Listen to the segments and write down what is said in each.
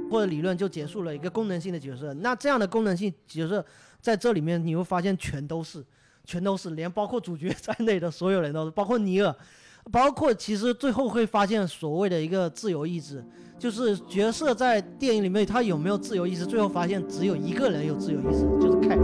或者理论就结束了一个功能性的角色。那这样的功能性角色在这里面你会发现全都是，连包括主角在内的所有人都是，包括尼尔，包括其实最后会发现所谓的一个自由意志，就是角色在电影里面他有没有自由意志，最后发现只有一个人有自由意志，就是 Cat。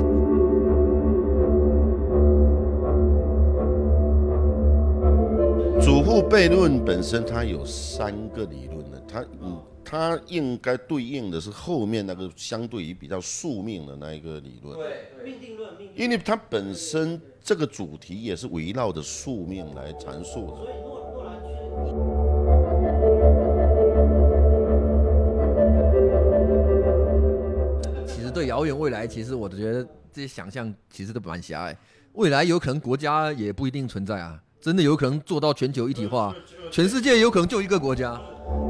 祖父悖论本身它有3个理论的，它应该对应的是后面那个相对于比较宿命的那一个理论。 对，命定论， 因为它本身这个主题也是围绕着宿命来阐述的。 所以诺兰其实对遥远未来，其实我觉得这些想象其实都蛮狭隘。未来有可能国家也不一定存在啊，真的有可能做到全球一体化，全世界有可能就一个国家。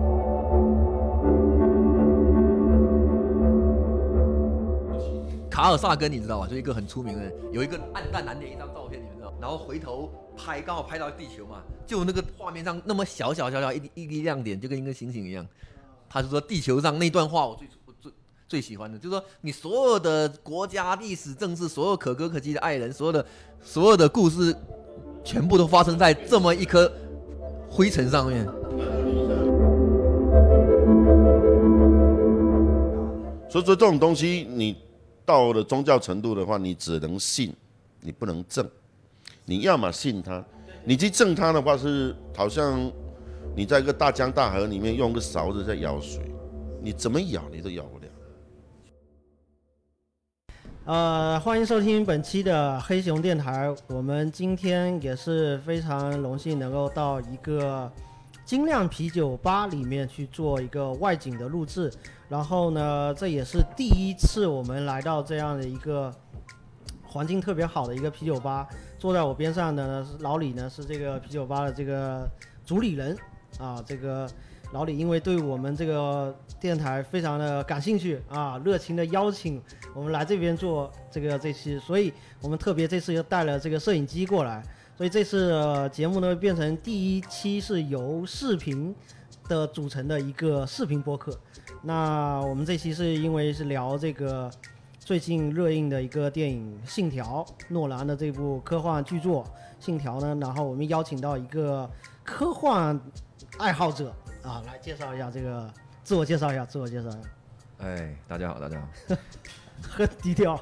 卡尔萨根你知道吧？就一个很出名的人，有一个暗淡蓝的一张照片，你们知道？然后回头拍，刚好拍到地球嘛，就那个画面上那么小一粒亮点，就跟一个星星一样。他就说地球上那段话我最喜欢的，就是说你所有的国家历史政治，所有可歌可泣的爱人，所有的故事，全部都发生在这么一颗灰尘上面。 所以说这种东西，你到了宗教程度的话，你只能信，你不能证。你要么信它，你去证它的话，是好像你在一个大江大河里面用个勺子在舀水，你怎么舀你都舀不了。 欢迎收听本期的黑熊电台。我们今天也是非常荣幸能够到一个精酿啤酒吧里面去做一个外景的录制，然后呢，这也是第一次我们来到这样的一个环境特别好的一个啤酒吧。坐在我边上的呢，老李呢是这个啤酒吧的这个主理人啊，这个老李因为对我们这个电台非常的感兴趣啊，热情的邀请我们来这边做这期，所以我们特别这次又带了这个摄影机过来，所以这次节目呢变成第一期是由视频的组成的一个视频播客。那我们这期是因为是聊这个最近热映的一个电影《信条》，诺兰的这部科幻巨作《信条》呢，然后我们邀请到一个科幻爱好者啊，来介绍一下这个，自我介绍一下。 哎，大家好。 很低调，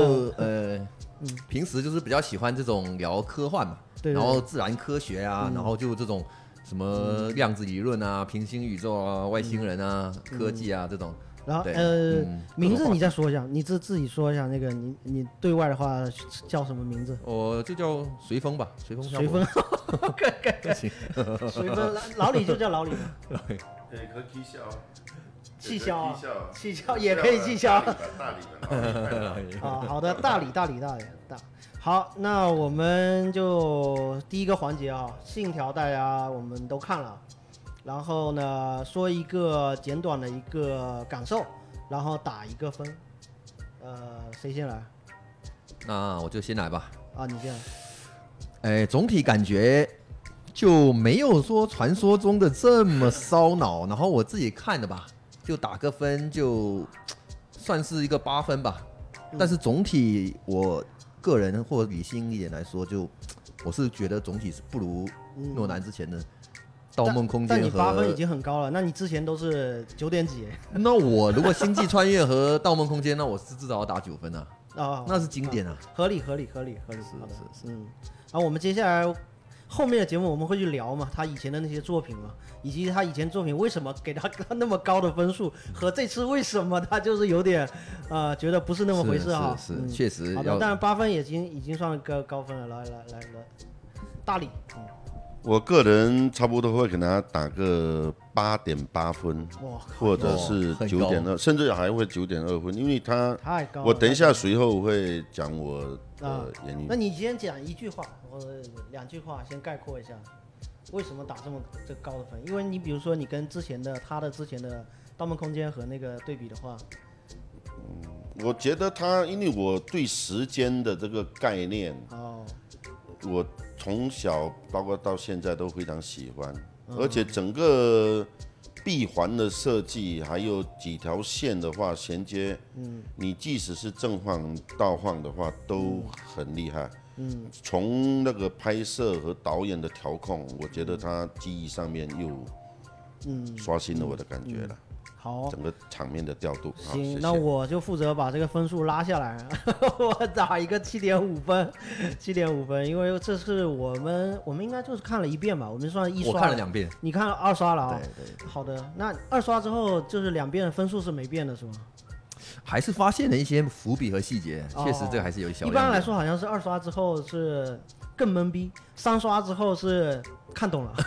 平时就是比较喜欢这种聊科幻嘛， 对， 然后自然科学啊，然后就这种什么量子理论啊、平行宇宙啊、外星人啊、科技啊这种。 然后名字你再说一下，你自己说一下那个你对外的话叫什么名字？ 我就叫随风吧，随风。 随风老李就叫老李。 可以气消。 气消也可以气消。 大理。 好的，大理。好，那我们就第一个环节啊，信条大家我们都看了。然后呢，说一个简短的一个感受，然后打一个分。谁先来？ 那我就先来吧。 啊，你先来。 哎，总体感觉就没有说传说中的这么烧脑。然后我自己看的吧，就打个分，就算是一个8分吧。但是总体我个人或理性一点来说，我是觉得总体是不如诺兰之前的。盗梦空间， 但你8分已经很高了，那你之前都是9点几？ 那我如果星际穿越和盗梦空间，那我是至少要打9分啊！那是经典啊， 合理。 是。 我们接下来后面的节目我们会去聊嘛，他以前的那些作品嘛，以及他以前作品为什么给他那么高的分数，和这次为什么他就是有点觉得不是那么回事哈。 是，确实。 好的，但是8分已经算个高分了。来，大理。 我个人差不多会给他打个8.8分，或者是9.2，甚至还会9.2分，因为他太高了。 我等一下随后会讲我的原因。 那你先讲一句话或者2句话，先概括一下为什么打这高的分？因为你比如说你跟他的之前的《盗梦空间》和那个对比的话， 我觉得他因为我对时间的这个概念，我从小包括到现在都非常喜欢，而且整个闭环的设计，还有几条线的话衔接，你即使是正晃倒晃的话都很厉害。从那个拍摄和导演的调控，我觉得他技艺上面又刷新了我的感觉了。 好， 整个场面的调度。 行， 谢谢。 那我就负责把这个分数拉下来，我打一个7.5分，7.5分，因为这是我们应该就是看了一遍吧，我们算一刷， 我看了2遍， 你看了2刷了啊？ 对。 好的，那2刷之后就是2遍分数是没变的是吗？ 还是发现了一些伏笔和细节，确实这个还是有小。 一般来说好像是2刷之后是更懵逼，3刷之后是看懂了。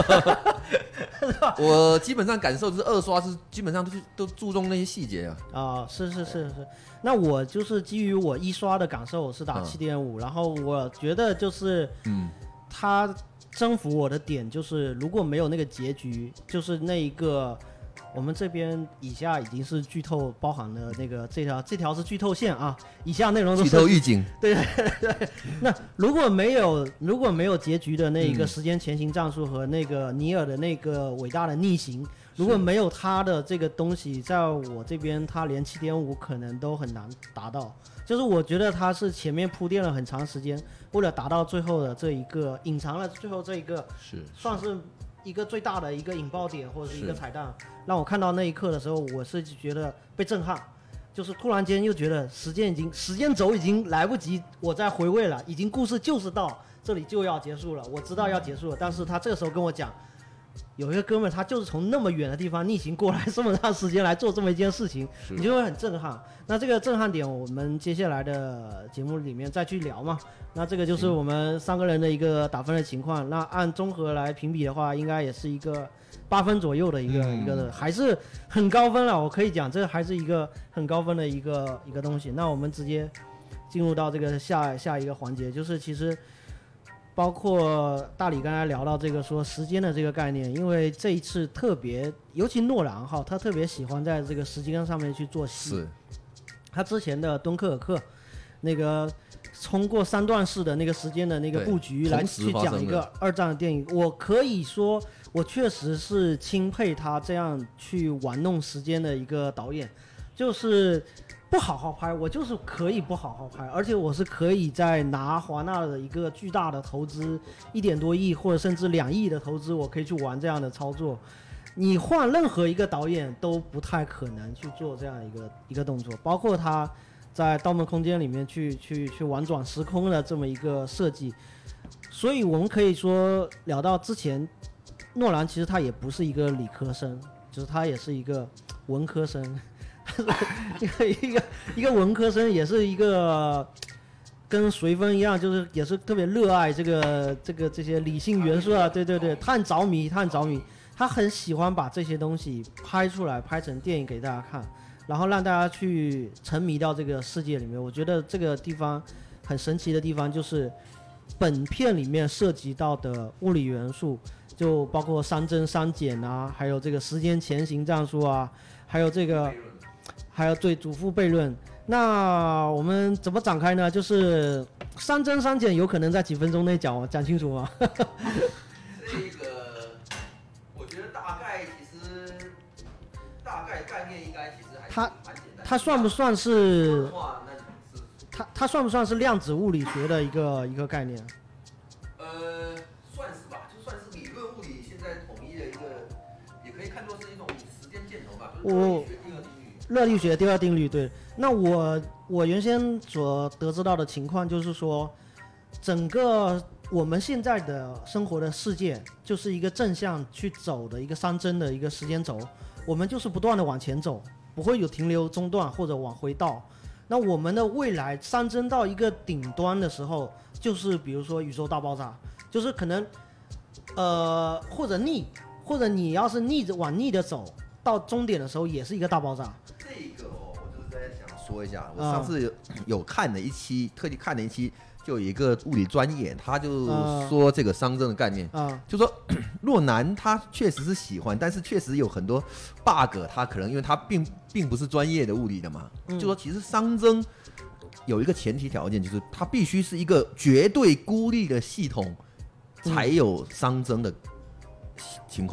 我基本上感受就是2刷是基本上都注重那些细节啊。是。那我就是基于我1刷的感受，我是打7.5，然后我觉得就是它征服我的点就是如果没有那个结局，就是那一个。我们这边以下已经是剧透，包含了那个这条是剧透线啊，以下内容都是剧透预警。 对。那如果没有结局的那一个时间前行战术和那个尼尔的那个伟大的逆行，如果没有他的这个东西，在我这边他连7.5可能都很难达到。就是我觉得他是前面铺垫了很长时间，为了达到最后的这一个隐藏了最后这一个，算是一个最大的一个引爆点或者是一个彩蛋，让我看到那一刻的时候，我是觉得被震撼，就是突然间又觉得时间轴已经来不及我再回味了，已经故事就是到这里就要结束了，我知道要结束了，但是他这个时候跟我讲，有一个哥们儿他就是从那么远的地方逆行过来这么长时间来做这么一件事情，你就会很震撼。那这个震撼点我们接下来的节目里面再去聊嘛。那这个就是我们3个人的一个打分的情况，那按综合来评比的话，应该也是一个8分左右的一个还是很高分了，我可以讲这还是一个很高分的一个东西。那我们直接进入到这个下一个环节，就是其实包括大理刚才聊到这个说时间的这个概念，因为这一次特别，尤其诺兰哈，他特别喜欢在这个时间上面去做戏。 是。 他之前的敦刻尔克那个通过3段式的那个时间的那个布局来去讲一个2战的电影，我可以说我确实是钦佩他这样去玩弄时间的一个导演，就是不好好拍，我就是可以不好好拍，而且我是可以在拿华纳的一个巨大的投资1点多亿或者甚至2亿的投资，我可以去玩这样的操作。你换任何一个导演都不太可能去做这样一个动作，包括他在《盗梦空间》里面去玩转时空的这么一个设计。所以我们可以说聊到之前，诺兰其实他也不是一个理科生，就是他也是一个文科生，一个文科生，也是一个跟随风一样，就是也是特别热爱这些理性元素啊，对，他很着迷，他很喜欢把这些东西拍出来，拍成电影给大家看，然后让大家去沉迷到这个世界里面。我觉得这个地方很神奇的地方就是本片里面涉及到的物理元素，就包括3增3减啊，还有这个时间前行战术啊，还有对祖父悖论。那我们怎么展开呢？就是3增3减有可能在几分钟内讲清楚吗？ 概念应该其实还蛮简单。 它算不算是？它算不算是量子物理学的一个概念？ 算是吧，就算是理论物理现在统一的一个，也可以看作是一种时间箭头吧，就是热力学第2定律。对，那我原先所得知到的情况就是说，整个我们现在的生活的世界就是一个正向去走的一个3增的一个时间轴。我们就是不断的往前走，不会有停留中断或者往回倒。那我们的未来3增到一个顶端的时候，就是比如说宇宙大爆炸，就是可能或者你要是往逆的走到终点的时候也是一个大爆炸。 这个我就是在想说一下，我上次有看了一期，特地看了一期，就有一个物理专业，他就说这个熵增的概念，就说诺兰他确实是喜欢，但是确实有很多 bug， 他可能因为他并不是专业的物理的嘛，就说其实熵增有一个前提条件，就是它必须是一个绝对孤立的系统才有熵增的情况，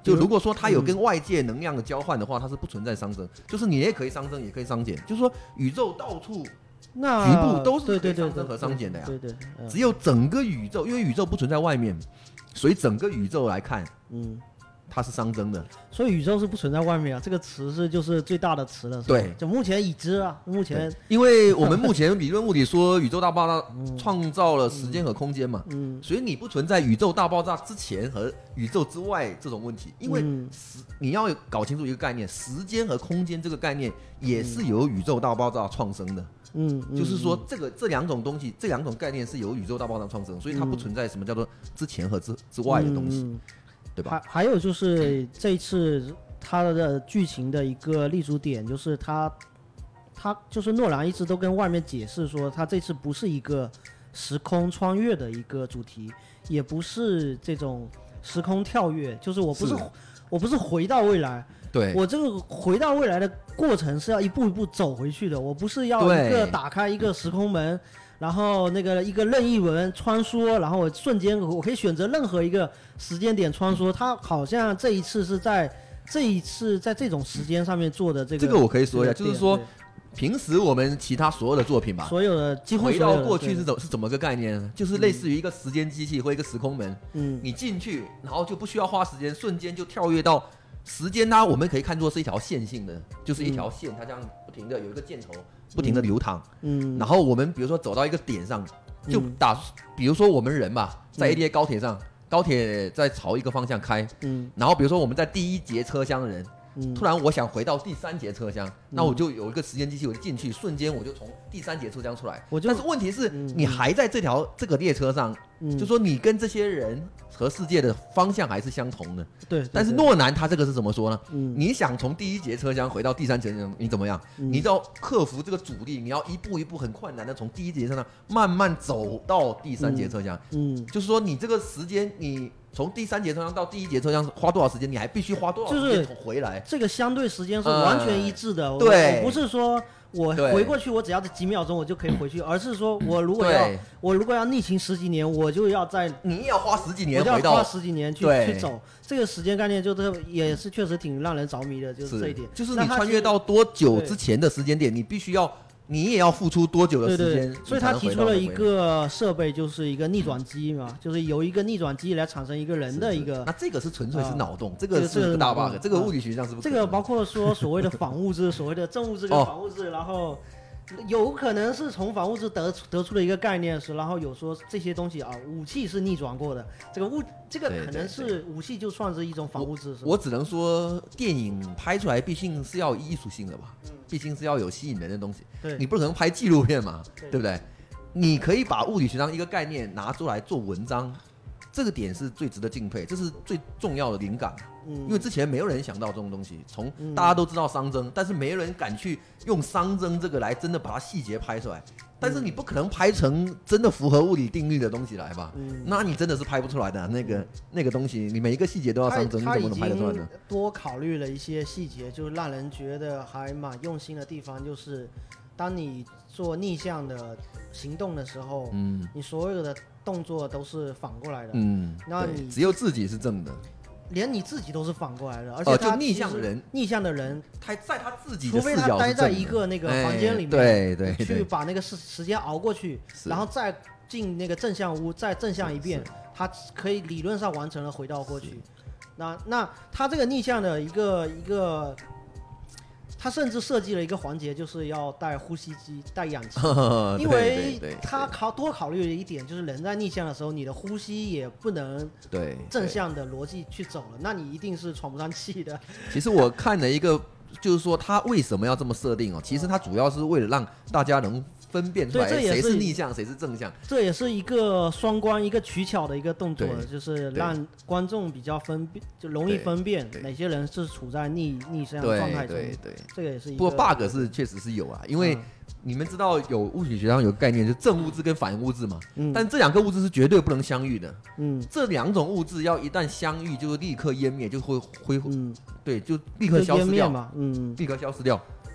就如果说它有跟外界能量的交换的话，它是不存在熵增，就是你也可以熵增，也可以熵减，就是说宇宙到处那局部都是可以对熵增和熵减的呀。 对对， 只有整个宇宙，因为宇宙不存在外面，所以整个宇宙来看，它是熵增的。 所以宇宙是不存在外面啊，这个词是就是最大的词了。 对， 就目前已知啊，目前因为我们目前理论物理说宇宙大爆炸创造了时间和空间嘛，所以你不存在宇宙大爆炸之前和宇宙之外这种问题，因为你要搞清楚一个概念，时间和空间这个概念也是由宇宙大爆炸创生的。就是说这两种东西，这两种概念是由宇宙大爆炸创生，所以它不存在什么叫做之前和之外的东西。对吧？ 还有就是这一次它的剧情的一个立足点，就是他就是诺兰一直都跟外面解释说，他这次不是一个时空穿越的一个主题，也不是这种时空跳跃，就是我不是回到未来， 对， 我这个回到未来的过程是要一步一步走回去的，我不是要一个打开一个时空门。然后那个一个任意门穿梭，然后我瞬间我可以选择任何一个时间点穿梭。它好像这一次在这种时间上面做的这个我可以说一下，就是说平时我们其他所有的作品吧， 所有的几乎回到过去是怎么个概念呢？就是类似于一个时间机器或一个时空门，你进去，然后就不需要花时间，瞬间就跳跃到时间呢，我们可以看作是一条线性的，就是一条线，它这样不停的有一个箭头。不停的流淌，然后我们比如说走到一个点上，就比如说我们人吧，在 ADA 高铁上，高铁在朝一个方向开，然后比如说我们在第一节车厢的人，突然我想回到第三节车厢，那我就有一个时间机器，我就进去，瞬间我就从第三节车厢出来。但是问题是，你还在这个列车上，就说你跟这些人和世界的方向还是相同的。 对。 但是诺兰他这个是怎么说呢？你想从第一节车厢回到第三节车厢，你怎么样？你要克服这个阻力，你要一步一步很困难的从第一节车厢慢慢走到第三节车厢。就是说你这个时间你。从第三节车厢到第一节车厢花多少时间，你还必须花多少时间回来？ 这个相对时间是完全一致的。 对， 我不是说我回过去我只要几秒钟我就可以回去，而是说我如果要逆行10几年，我就要你也要花10几年回到，我就要花10几年去走。这个时间概念就是也是确实挺让人着迷的，就是这一点。 就是你穿越到多久之前的时间点，你也要付出多久的时间？ 所以他提出了一个设备，就是一个逆转机嘛，就是由一个逆转机来产生一个人的一个。 那这个是纯粹是脑洞，这个是个大 bug，这个物理学上是不可能。 这个包括说所谓的反物质，所谓的正物质跟反物质，然后有可能是从反物质得出的一个概念是，然后有说这些东西啊，武器是逆转过的，这个可能是武器就算是一种反物质。 我只能说，电影拍出来毕竟是要有艺术性的吧。毕竟是要有吸引人的东西，你不可能拍纪录片嘛，对不对？你可以把物理学上一个概念拿出来做文章，这个点是最值得敬佩，这是最重要的灵感。因为之前没有人想到这种东西，大家都知道熵增，但是没有人敢去用熵增这个来真的把它细节拍出来。但是你不可能拍成真的符合物理定律的东西来吧？那你真的是拍不出来的。那个东西，你每一个细节都要熵增，你怎么能拍得出来呢？ 多考虑了一些细节，就让人觉得还蛮用心的地方，就是当你做逆向的行动的时候，你所有的动作都是反过来的。那你只有自己是正的。 连你自己都是反过来的，而且就逆向的人， 他在他自己的除非他待在一个那个房间里面， 对， 去把那个时间熬过去，然后再进那个正向屋，再正向一遍，他可以理论上完成了回到过去。那他这个逆向的一个。他甚至设计了一个环节，就是要带呼吸机、带氧气，因为他多考虑了一点，就是人在逆向的时候，你的呼吸也不能正向的逻辑去走了，那你一定是喘不上气的。 其实我看了一个，就是说他为什么要这么设定哦？其实他主要是为了让大家能分辨出来谁是逆向，谁是正向。 这也是一个双关、一个取巧的一个动作，就是让观众比较就容易分辨哪些人是处在逆向状态中。对，这个也是一个。 不过 bug 是确实是有啊，因为你们知道有物理学上有个概念，就是正物质跟反物质嘛。但这两个物质是绝对不能相遇的。这两种物质要一旦相遇，就立刻湮灭，就会对，就立刻消失掉嘛。立刻消失掉。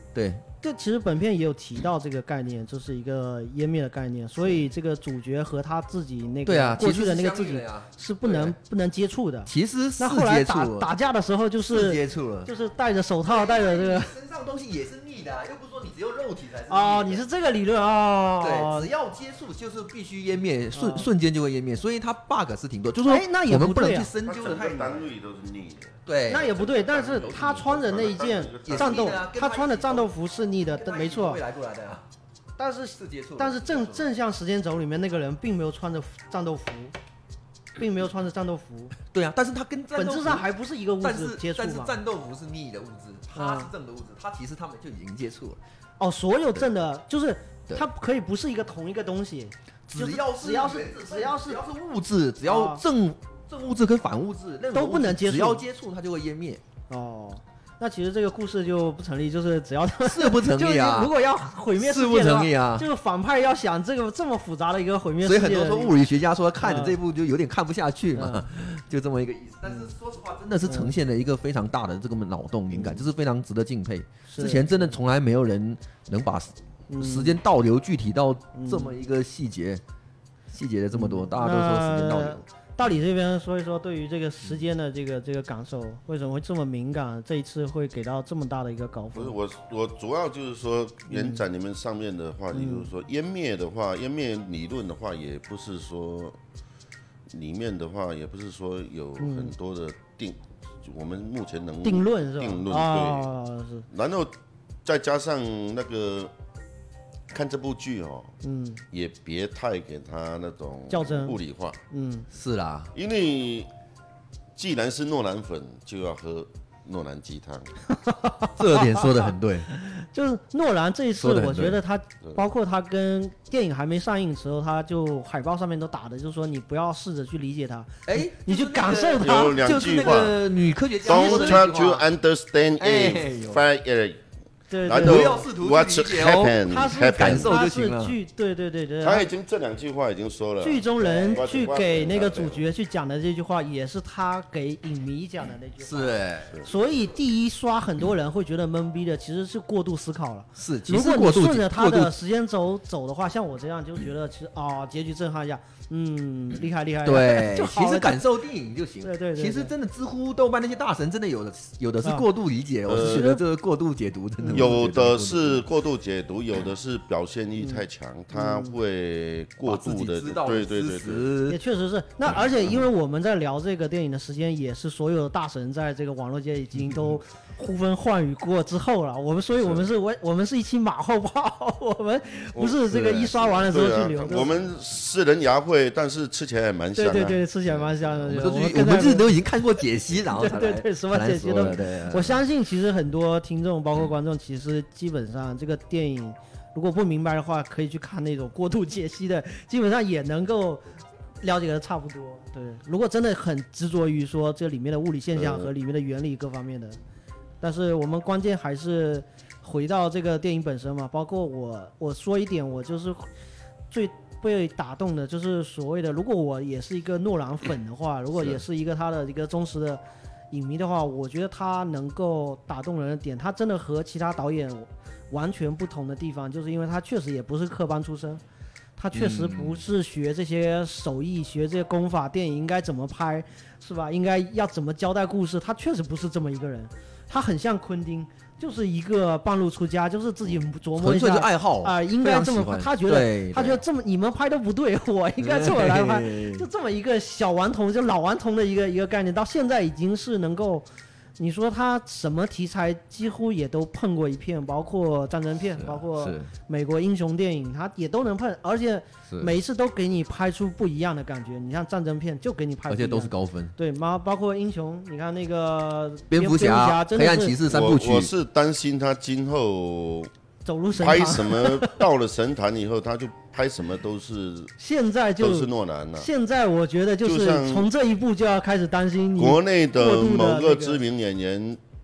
对， 这其实本片也有提到这个概念，就是一个湮灭的概念，所以这个主角和他自己那对啊， 个过去的那个自己其实是相遇的呀是不能接触的。 其实是那后来接触打架的时候就是接触了， 就是戴着手套，戴着这个身上东西也是腻的啊，又不是说你只有肉体才是哦，你是这个理论哦。 对，只要接触就是必须湮灭，瞬间就会湮灭，所以它 bug 是挺多，就是哎那也说我们不能不对啊去深究的太单远。 位都是逆的。 对， 那也不对，但是他穿的那一件战斗也是逆的啊，跟他他穿的战斗服是逆的，没错未。来过来的啊， 但是是接触， 但是正向时间轴里面那个人并没有穿着战斗服，并没有穿着战斗服， 对啊，但是它跟战斗服本质上还不是一个物但是质接触但是嘛。 战斗服是逆的物质，它是正的物质，它其实他们就已经接触了， 哦，所有正的就是对它可以不是一个同一个东西， 只要只要是物质，只要正物质跟反物质任何都不能接触只要接触它就会湮灭， 哦。那其实这个故事就不成立，就是只要是不成立啊就如果要毁灭世是不界的话， 成立啊这个反派要想这么复杂的一个毁灭所以世界的， 很多说物理学家说看着这部就有点看不下去嘛，就这么一个意思。但是说实话，真的是呈现了一个非常大的这个脑洞灵感，就是非常值得敬佩。 是之前真的从来没有人能把时间倒流具体到这么一个细节的这么多，大家都说时间倒流。 大理这边说一说对于这个时间的这个感受，为什么会这么敏感？这一次会给到这么大的一个高分？ 不是我主要就是说延展你们上面的话题，就是说湮灭的话，湮灭理论的话，也不是说里面的话，也不是说有很多的我们目前能定论是吧？ 定论对，是。 然后再加上那个看这部剧哦，也别太给他那种较真物理化， 是啦， 因为既然是诺兰粉，就要喝诺兰鸡汤。 这点说的很对。 就是诺兰这一次， 说得很我觉得他包括他跟电影还没上映的时候，他就海报上面都打的，就是说你不要试着去理解它， 哎， 你去感受它。 有两就是那句话个女科学家说 ，Don't 的 try 那句 to 话。 understand 哎 it, 呦 find it. 对然对不要后试图去 What 理解哦 happened? 他是感 Happened. 受他就行了是对， 他已经这两句话已经说了。 剧中人对去给那个主角去讲的这句话，也是他给影迷讲的那句话。 是所以第一刷很多人会觉得懵逼的，其实是过度思考了。 是，其如果你实过度顺着他过度的时间轴走的话，像我这样就觉得其实结局震撼一下，厉害， 对就，好了。 其实感受电影就行。 对， 其实真的知乎、豆瓣那些大神真的有的是啊过度理解，我是觉得这个过度解读真的有的是过度解读，有的是表现力太强，他会过把自度的己知道对的事也实确实是。那而且因为我们在聊这个电影的时间，也是所有的大神在这个网络界已经都呼风唤雨过之后了。所以我们是一期马后炮，我们不是这个一刷完了之后去留。 我们是人牙慧，但是吃起来也蛮香。 对，吃起来蛮香的。 我们这都已经看过解析，然后对，什么解析都。 对， 我相信其实很多听众包括观众，其实基本上这个电影如果不明白的话，可以去看那种过度解析的，基本上也能够了解的差不多。对，如果真的很执着于说这里面的物理现象和里面的原理各方面的，但是我们关键还是回到这个电影本身嘛。包括我说一点，我就是最被打动的，就是所谓的，如果我也是一个诺兰粉的话，如果也是一个他的一个忠实的影迷的话，我觉得他能够打动人的点，他真的和其他导演完全不同的地方，就是因为他确实也不是科班出身，他确实不是学这些手艺，学这些功法，电影应该怎么拍，是吧？应该要怎么交代故事，他确实不是这么一个人。他很像昆汀，就是一个半路出家，就是自己琢磨一下， 纯粹是爱好应该这么拍。他觉得这么你们拍都不对，我应该这么来拍，就这么一个小顽童，就老顽童的一个概念，到现在已经是能够。你说他什么题材几乎也都碰过一片，包括战争片，包括美国英雄电影，他也都能碰，而且每一次都给你拍出不一样的感觉。你像战争片就给你拍不一样， 而且都是高分。 对，包括英雄，你看那个蝙蝠侠、黑暗骑士三部曲， 我是担心他今后走入神坛， 拍什么到了神坛以后，他就拍什么都是现在都是诺兰了。 现在我觉得就是从这一步就要开始担心你国内的某个知名演员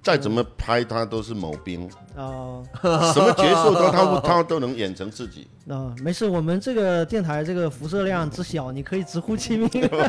再怎么拍他都是某兵， 哦， 什么角色他都能演成自己。 没事，我们这个电台这个辐射量之小，你可以直呼其名。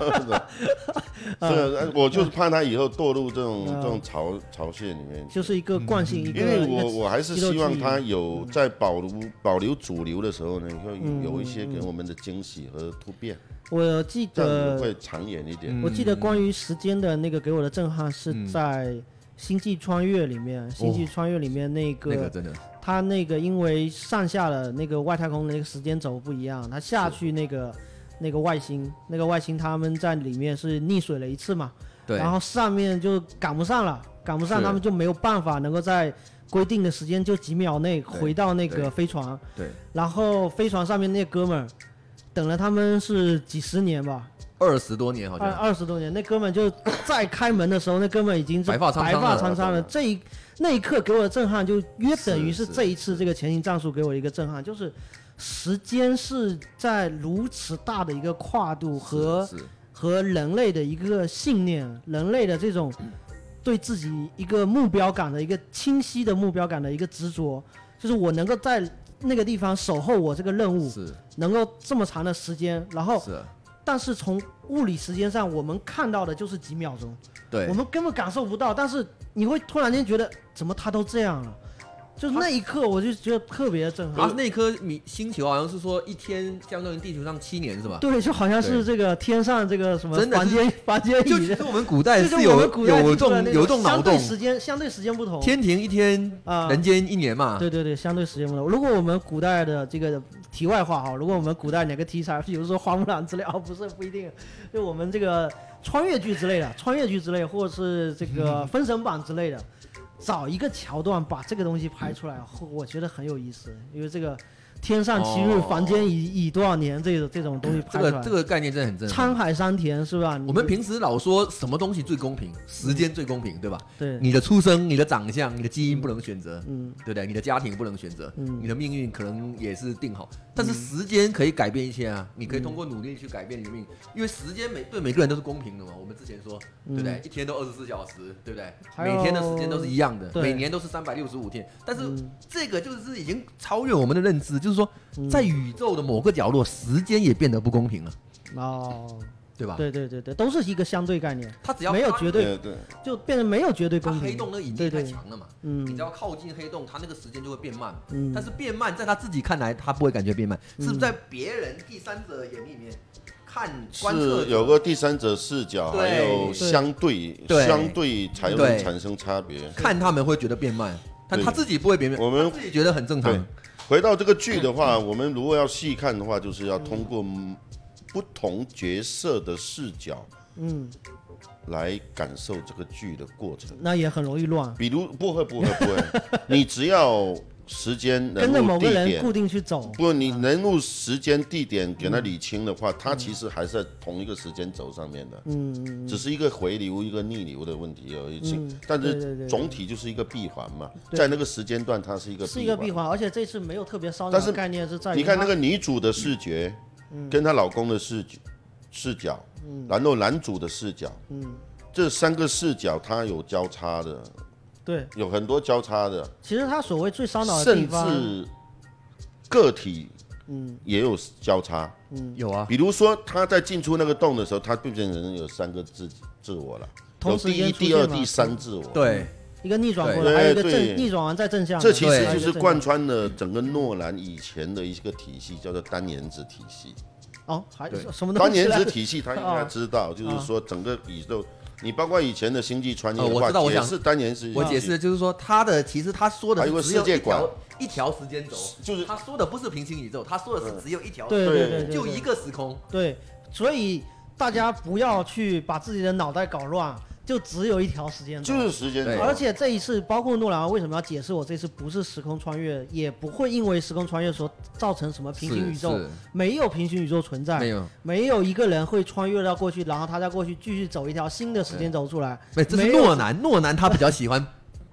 我就是怕他以后堕入这种巢穴里面， 就是一个惯性，一个。 因为我还是希望他有在保留主流的时候呢，会有一些给我们的惊喜和突变。 我记得会长远一点。 我记得关于时间的那个给我的震撼是在《星际穿越》里面，星际穿越里面那个真的， 他那个因为上下的那个外太空的那个时间轴不一样，他下去那个外星，他们在里面是溺水了一次嘛， 对， 然后上面就赶不上，他们就没有办法能够在规定的时间就几秒内回到那个飞船， 对， 然后飞船上面那哥们儿等了他们是几十年吧。 20多年好像 ，20多年，那哥们就在开门的时候，那哥们已经是白发苍苍了。那一刻给我的震撼，就约等于是这一次这个前行战术给我的一个震撼，就是时间是在如此大的一个跨度和人类的一个信念，人类的这种对自己一个目标感的一个清晰的目标感的一个执着，就是我能够在那个地方守候我这个任务，能够这么长的时间，然后。但是从物理时间上，我们看到的就是几秒钟， 对， 我们根本感受不到。但是你会突然间觉得，怎么他都这样了？就那一刻，我就觉得特别震撼。 那颗星球好像是说一天相当于地球上7年是吧？ 对，就好像是这个天上这个什么房间里，就是我们古代是有这种脑洞， 相对时间不同。 天庭一天，人间1年嘛。 对，相对时间不同。如果我们古代的这个题外话哈，如果我们古代哪个题材，比如说花木兰之类不一定，就我们这个穿越剧之类的，或者是这个封神榜之类的。找一个桥段把这个东西拍出来，我觉得很有意思，因为这个天上7日，凡间已多少年，这种东西拍出来，这个概念真的很正常。 沧海桑田是吧？ 我们平时老说什么东西最公平，时间最公平，对吧？ 对， 你的出生、你的长相、你的基因不能选择，对不对？你的家庭不能选择，你的命运可能也是定好，但是时间可以改变一切啊！你可以通过努力去改变你的命运，因为时间对每个人都是公平的嘛。我们之前说，对不对？一天都24小时，对不对？每天的时间都是一样的，每年都是365天，但是这个就是已经超越我们的认知，就是说。在宇宙的某个角落，时间也变得不公平了。对吧？ 对，都是一个相对概念。 它只要没有绝对，就变成没有绝对公平。 黑洞那个引力太强了嘛，你只要靠近黑洞，它那个时间就会变慢。但是变慢，在他自己看来，他不会感觉变慢，是不是在别人第三者眼里面看观测是有个第三者视角，还有相对才会产生差别。 看他们会觉得变慢，但他自己不会变慢，我们自己觉得很正常。 回到这个剧的话，我们如果要细看的话，就是要通过不同角色的视角，来感受这个剧的过程。 那也很容易乱。 比如不会，你只要时间、人物、 跟着某个人固定去走。 不，你人物、时间、地点给它理清的话，它其实还是在同一个时间轴上面的。只是一个回流、一个逆流的问题而已。但是总体就是一个闭环嘛，在那个时间段它是一个闭环，而且这次没有特别烧脑的概念是在于。 你看那个女主的视觉，跟她老公的视角，然后男主的视角，这3个视角它有交叉的。 对， 有很多交叉的。 其实他所谓最烧脑的地方， 甚至个体，也有交叉。 有啊。 比如说他在进出那个洞的时候，他变成有3个自我了，有第1、第2、第3自我。 对， 一个逆转过来，还有一个逆转完再正向。 这其实就是贯穿了整个诺兰以前的一个体系，叫做单原子体系。 还有什么东西？ 单原子体系他应该知道，就是说整个宇宙。你包括以前的星际穿越的话，也是单元时间。 我解释的就是说，其实他说的只有一条时间轴， 就是他说的不是平行宇宙，他说的是只有一条， 对， 就一个时空。 对，所以大家不要去把自己的脑袋搞乱。就只有一条时间轴， 就是时间轴。 而且这一次，包括诺兰为什么要解释我这次不是时空穿越，也不会因为时空穿越所造成什么平行宇宙，没有平行宇宙存在，没有一个人会穿越到过去，然后他再过去继续走一条新的时间轴出来。 这是诺兰他比较喜欢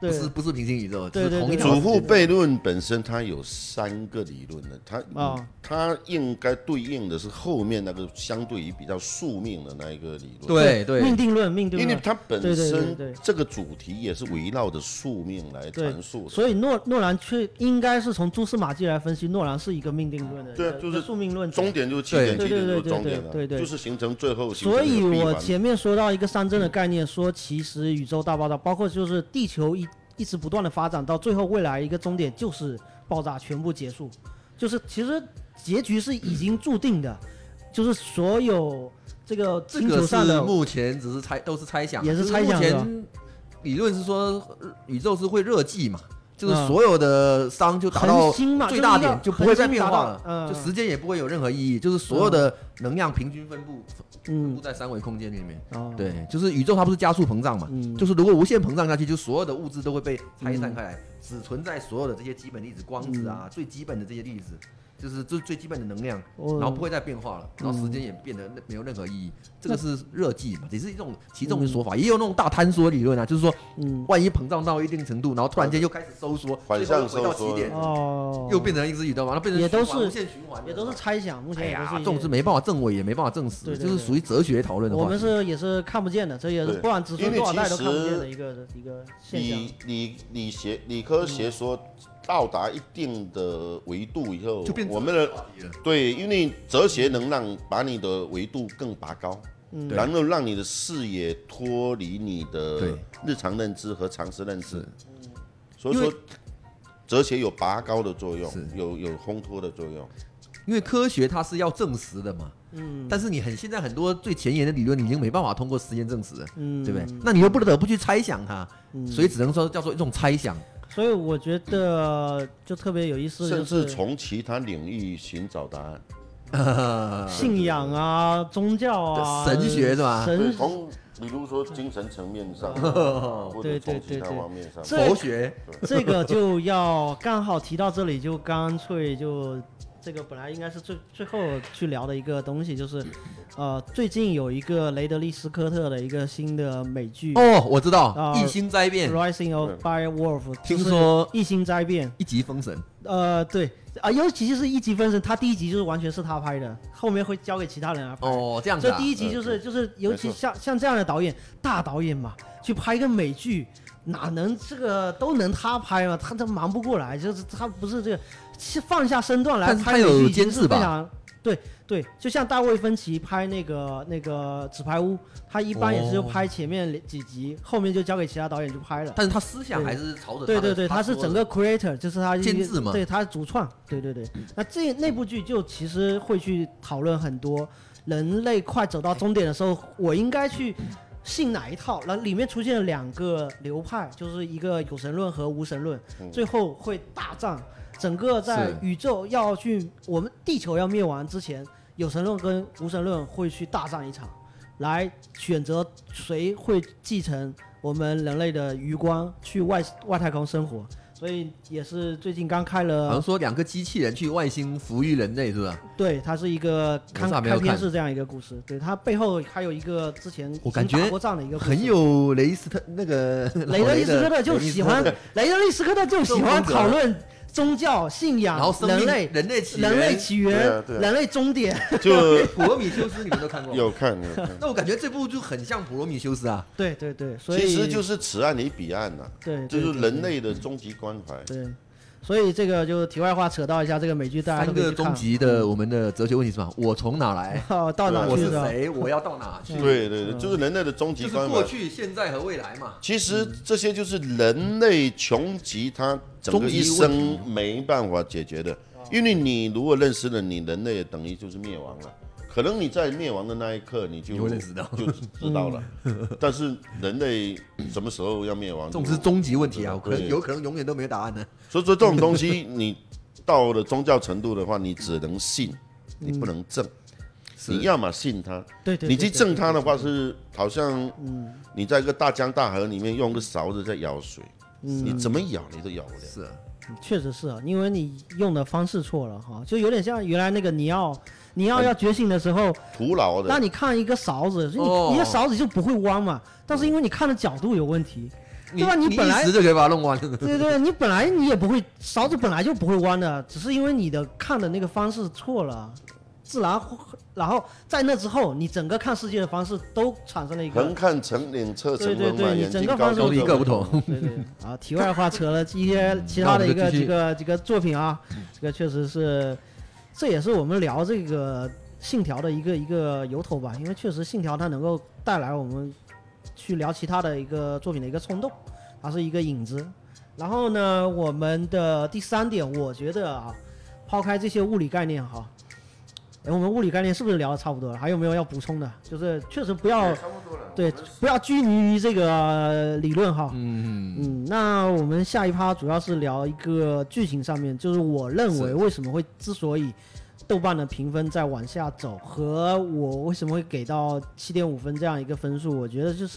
不是平行宇宙， 对对对是同一条祖父悖论本身它有3个理论的，它应该对应的是后面那个相对于比较宿命的那一个理对论。 命定论， 因为它本身对这个主题也是围绕着宿命来阐述的。 所以诺兰却应该是从蛛丝马迹来分析，诺兰是一个命定论的， 对，就是宿命论， 终点就是起点，起点就是终点了， 对， 就是形成最后。 所以我前面说到一个三针的概念，说其实宇宙大爆炸，包括就是地球一直不断的发展，到最后未来一个终点就是爆炸，全部结束，就是其实结局是已经注定的，就是所有这个星球上的， 这个是目前只是都是猜想， 也是猜想的。 目前理论是说宇宙是会热寂嘛，就是所有的熑就达到最大点，就不会再变化了，就时间也不会有任何意义，就是所有的能量平均分布在3维空间里面。对，就是宇宙它不是加速膨胀嘛，就是如果无限膨胀下去，就所有的物质都会被拆散开来，只存在所有的这些基本粒子，光子啊，最基本的这些粒子。就是最基本的能量，然后不会再变化了，然后时间也变得没有任何意义。这个是热寂嘛，也是一种其中的说法，也有那种大坍缩理论啊，就是说，万一膨胀到一定程度，然后突然间又开始收缩， 反向收缩， 回到起点，又变成一只宇宙嘛，那变成无限循环， 也都是猜想，目前也都是。 这种是没办法证伪，也没办法证实，就是属于哲学讨论的话。 我们也是看不见的，这也是不管子孙多少代都看不见的一个现象。 理科学说。到达一定的维度以后， 就变我们的对，因为哲学能把你的维度更拔高，然后让你的视野脱离你的日常认知和常识认知。所以说，哲学有拔高的作用，有烘托的作用。 因为科学它是要证实的嘛，但是现在很多最前沿的理论，你已经没办法通过实验证实了，对不对？那你又不得不去猜想它，所以只能说叫做一种猜想。 所以我觉得就特别有意思， 甚至从其他领域寻找答案， 信仰啊、宗教啊、 神学是吧？ 从比如说精神层面上，或者从其他方面上， 佛学这个就要刚好提到这里，就干脆就。这个本来应该是最后去聊的一个东西，就是，最近有一个雷德利·斯科特的一个新的美剧我知道，异星灾变 ，Rising of Beowulf， 听说异星灾变， 一级封神， 对尤其是一级封神，他第一集就是完全是他拍的，后面会交给其他人来拍。 这样子。 这第一集就是尤其像这样的导演，大导演嘛，去拍一个美剧。哪能这个都能他拍嘛？他忙不过来，就是他不是这个放下身段来拍美剧， 监制吧？ 对，就像大卫芬奇拍那个纸牌屋，他一般也是就拍前面几集，后面就交给其他导演去拍了。 但是他思想还是朝着对，他是整个 creator， 就是他监制嘛， 对，他是主创，对。那那部剧就其实会去讨论很多人类快走到终点的时候，我应该去。信哪一套？然后里面出现了2个流派，就是一个有神论和无神论，最后会大战。整个在宇宙我们地球要灭亡之前，有神论跟无神论会去大战一场，来选择谁会继承我们人类的余光去外太空生活。所以也是最近刚开了， 好像说2个机器人去外星服役人类，是吧？ 对，它是一个开篇是这样一个故事。对，它背后还有一个之前我感觉打过仗的一个故事， 很有雷德利斯科特就喜欢讨论宗教信仰， 然后人类起源，人类终点。 就普罗米修斯，你们都看过？ 有看。 那我感觉这部就很像普罗米修斯啊。 对，所以其实就是此岸与彼岸呐。 对， 就是人类的终极关怀。 对。所以这个就题外话扯到一下这个美剧，大家 3个终极的我们的哲学问题是吧？我从哪来？ 到哪去？ 我是谁？我要到哪去？ 对，就是人类的终极关怀， 就是过去、现在和未来嘛。 其实这些就是人类穷极他整个一生没办法解决的，因为你如果认识了你人类，等于就是灭亡了。可能你在灭亡的那一刻，你就知道了。但是人类什么时候要灭亡？ 这种是终极问题啊，有可能永远都没有答案呢。 所以说这种东西，你到了宗教程度的话，你只能信，你不能证。你要么信它，你去证它的话是好像你在一个大江大河里面用个勺子在舀水，你怎么舀你都舀不了。 是啊， 确实是啊，因为你用的方式错了哈，就有点像原来那个你要觉醒的时候， 徒劳的。 那你看一个勺子，你的勺子就不会弯嘛，但是因为你看的角度有问题， 对吧？你本来一时就可以把它弄弯。 对对，你本来你也不会，勺子本来就不会弯的，只是因为你的看的那个方式错了，自然然后在那之后，你整个看世界的方式都产生了一个横看成岭侧成峰嘛， 对对对，你整个方式一个不同。 对对。啊，题外话扯了一些其他的几个作品啊，这个确实是，这也是我们聊这个信条的一个由头吧，因为确实信条它能够带来我们去聊其他的一个作品的一个冲动，它是一个引子。然后呢，我们的第3点，我觉得啊，抛开这些物理概念哈。我们物理概念是不是聊的差不多了？还有没有要补充的？就是确实不要，对，不要拘泥于这个理论哈。那我们下一趴主要是聊一个剧情上面，就是我认为为什么会之所以豆瓣的评分在往下走，和我为什么会给到7.5分这样一个分数，我觉得就是，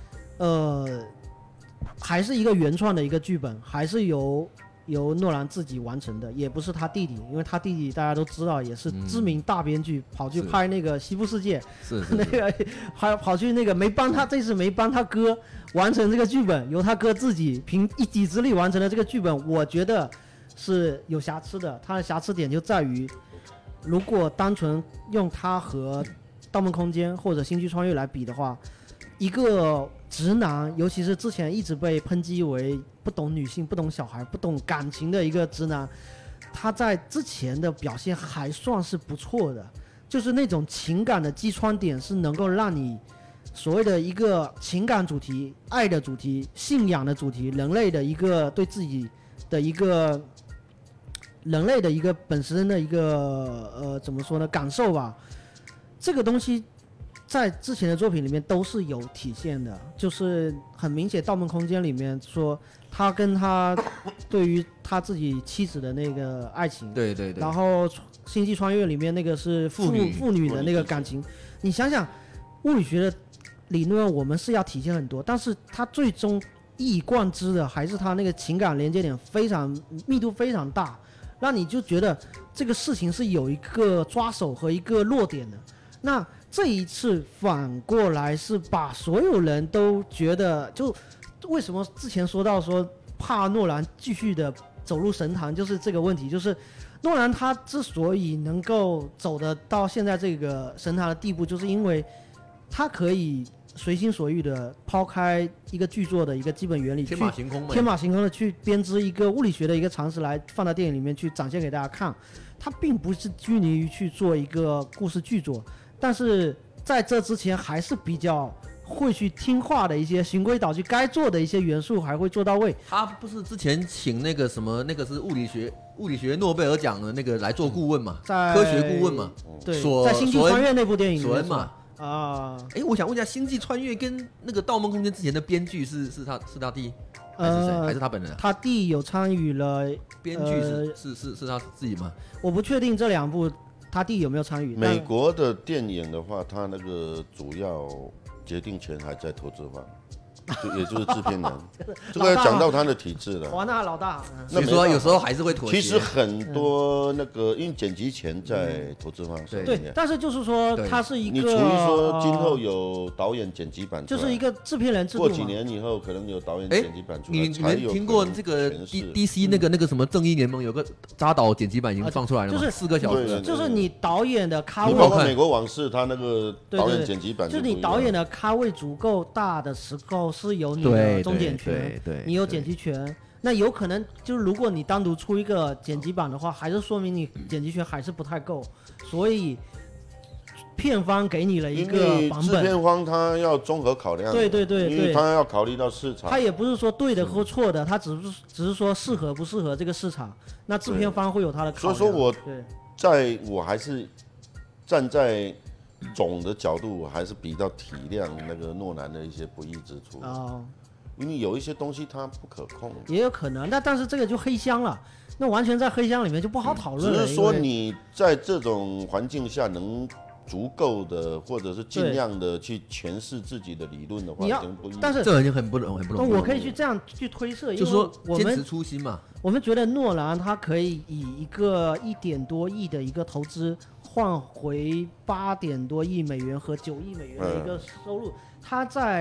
还是一个原创的一个剧本，还是由诺兰自己完成的，也不是他弟弟，因为他弟弟大家都知道也是知名大编剧，跑去拍那个《西部世界》，那个还跑去那个这次没帮他哥完成这个剧本，由他哥自己凭一己之力完成了这个剧本，我觉得是有瑕疵的。他的瑕疵点就在于，如果单纯用他和《盗梦空间》或者《星际穿越》来比的话，一个直男，尤其是之前一直被抨击为不懂女性、不懂小孩、不懂感情的一个直男，他在之前的表现还算是不错的，就是那种情感的击穿点是能够让你所谓的一个情感主题、爱的主题、信仰的主题、人类的一个对自己的一个人类的一个本身的一个怎么说呢，感受吧，这个东西在之前的作品里面都是有体现的，就是很明显《盗梦空间》里面说他跟他对于他自己妻子的那个爱情， 对对对， 然后《星际穿越》里面那个是父女的那个感情，你想想物理学的理论我们是要体现很多，但是他最终一以贯之的还是他那个情感连接点密度非常大，让你就觉得这个事情是有一个抓手和一个落点的。那这一次反过来是把所有人都觉得，就为什么之前说到说怕诺兰继续的走入神坛，就是这个问题，就是诺兰他之所以能够走得到现在这个神坛的地步，就是因为他可以随心所欲的抛开一个剧作的一个基本原理， 天马行空的去编织一个物理学的一个常识来放到电影里面去展现给大家看，他并不是拘泥于去做一个故事剧作，但是在这之前还是比较会去听话的一些循规蹈矩，该做的一些元素还会做到位。 他不是之前请那个什么，那个是物理学诺贝尔奖的那个来做顾问嘛，科学顾问嘛， 对，在《星际穿越》那部电影里面嘛。我想问一下，《星际穿越》跟那个《盗梦空间》之前的编剧是他弟还是谁？还是他本人？ 他弟有参与了， 编剧是他自己吗？ 我不确定这2部他弟有没有参与。 美国的电影的话，他那个主要决定权还在投资方，也就是制片人。这个要讲到他的体制了。 华纳老大， 所以说有时候还是会妥协。 其实很多那个因为剪辑权在投资方手里面， 对，但是就是说他是一个， 你除非说今后有导演剪辑版出来， 就是一个制片人制度过几年以后可能有导演剪辑版出来。 你们听过这个 DC 那个什么正义联盟有个扎导剪辑版已经放出来了吗？ 就是 4个小时， 就是你导演的咖位， 包括美国往事他那个导演剪辑版， 就是你导演的咖位足够大的时候是有你的中剪权，你有剪辑权。那有可能就是如果你单独出一个剪辑版的话，还是说明你剪辑权还是不太够，所以片方给你了一个版本。 制片方他要综合考量， 对， 因为他要考虑到市场， 他也不是说对的或错的，他只是说适合不适合这个市场。那制片方会有他的考量。 所以说我还是站在总的角度，我还是比较体谅那个诺兰的一些不义之处。因为有一些东西它不可控， 也有可能，但是这个就黑箱了，那完全在黑箱里面就不好讨论了。 只是说你在这种环境下能足够的或者是尽量的去诠释自己的理论的话，已经不易。 但是这已经很不容易。 我可以去这样去推测， 就是说坚持初心嘛。 我们觉得诺兰他可以以一个1点多亿的一个投资换回8点多亿美元和9亿美元的一个收入，他在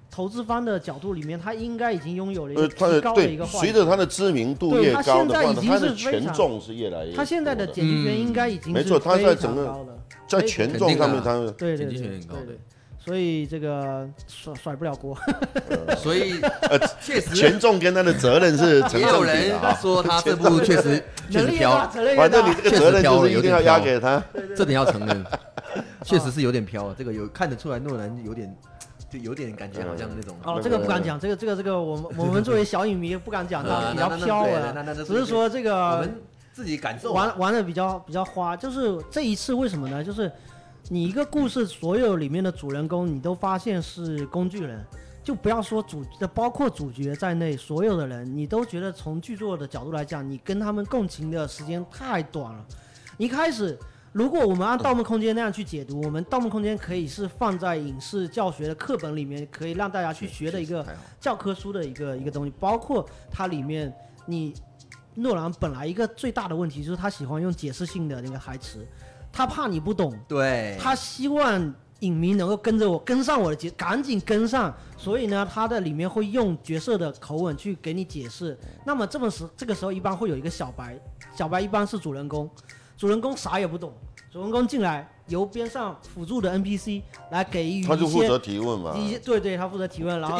投资方的角度里面，他应该已经拥有了一个他极高的一个话语权。 随着他的知名度越高的话，他的权重是越来越多的。 他现在的剪辑权应该已经是没错，他在整个高的， 在权重上面，他对剪辑权很高的。 所以这个甩不了锅， 所以确实权重跟他的责任是成正比的。 也有人说他这部确实飘， 反正你这个责任就是一定要压给他， 这点要承认，确实是有点飘。这个有看得出来，诺兰有点感觉好像那种。 哦，这个不敢讲，这个我们作为小影迷不敢讲，它比较飘啊。只是说这个我们自己感受玩的比较花，就是这一次为什么呢？就是你一个故事所有里面的主人公，你都发现是工具人，就不要说包括主角在内，所有的人，你都觉得从剧作的角度来讲，你跟他们共情的时间太短了。一开始，如果我们按《盗梦空间》那样去解读，我们《盗梦空间》可以是放在影视教学的课本里面，可以让大家去学的一个教科书的一个东西，包括它里面诺兰本来一个最大的问题就是他喜欢用解释性的那个台词。他怕你不懂， 对，他希望影迷能够跟上我的节，赶紧跟上。所以呢，他的里面会用角色的口吻去给你解释。那么这个时候一般会有一个小白一般是主人公啥也不懂，主人公进来由边上辅助的 NPC 来给予一些， 他就负责提问嘛， 对，他负责提问，然后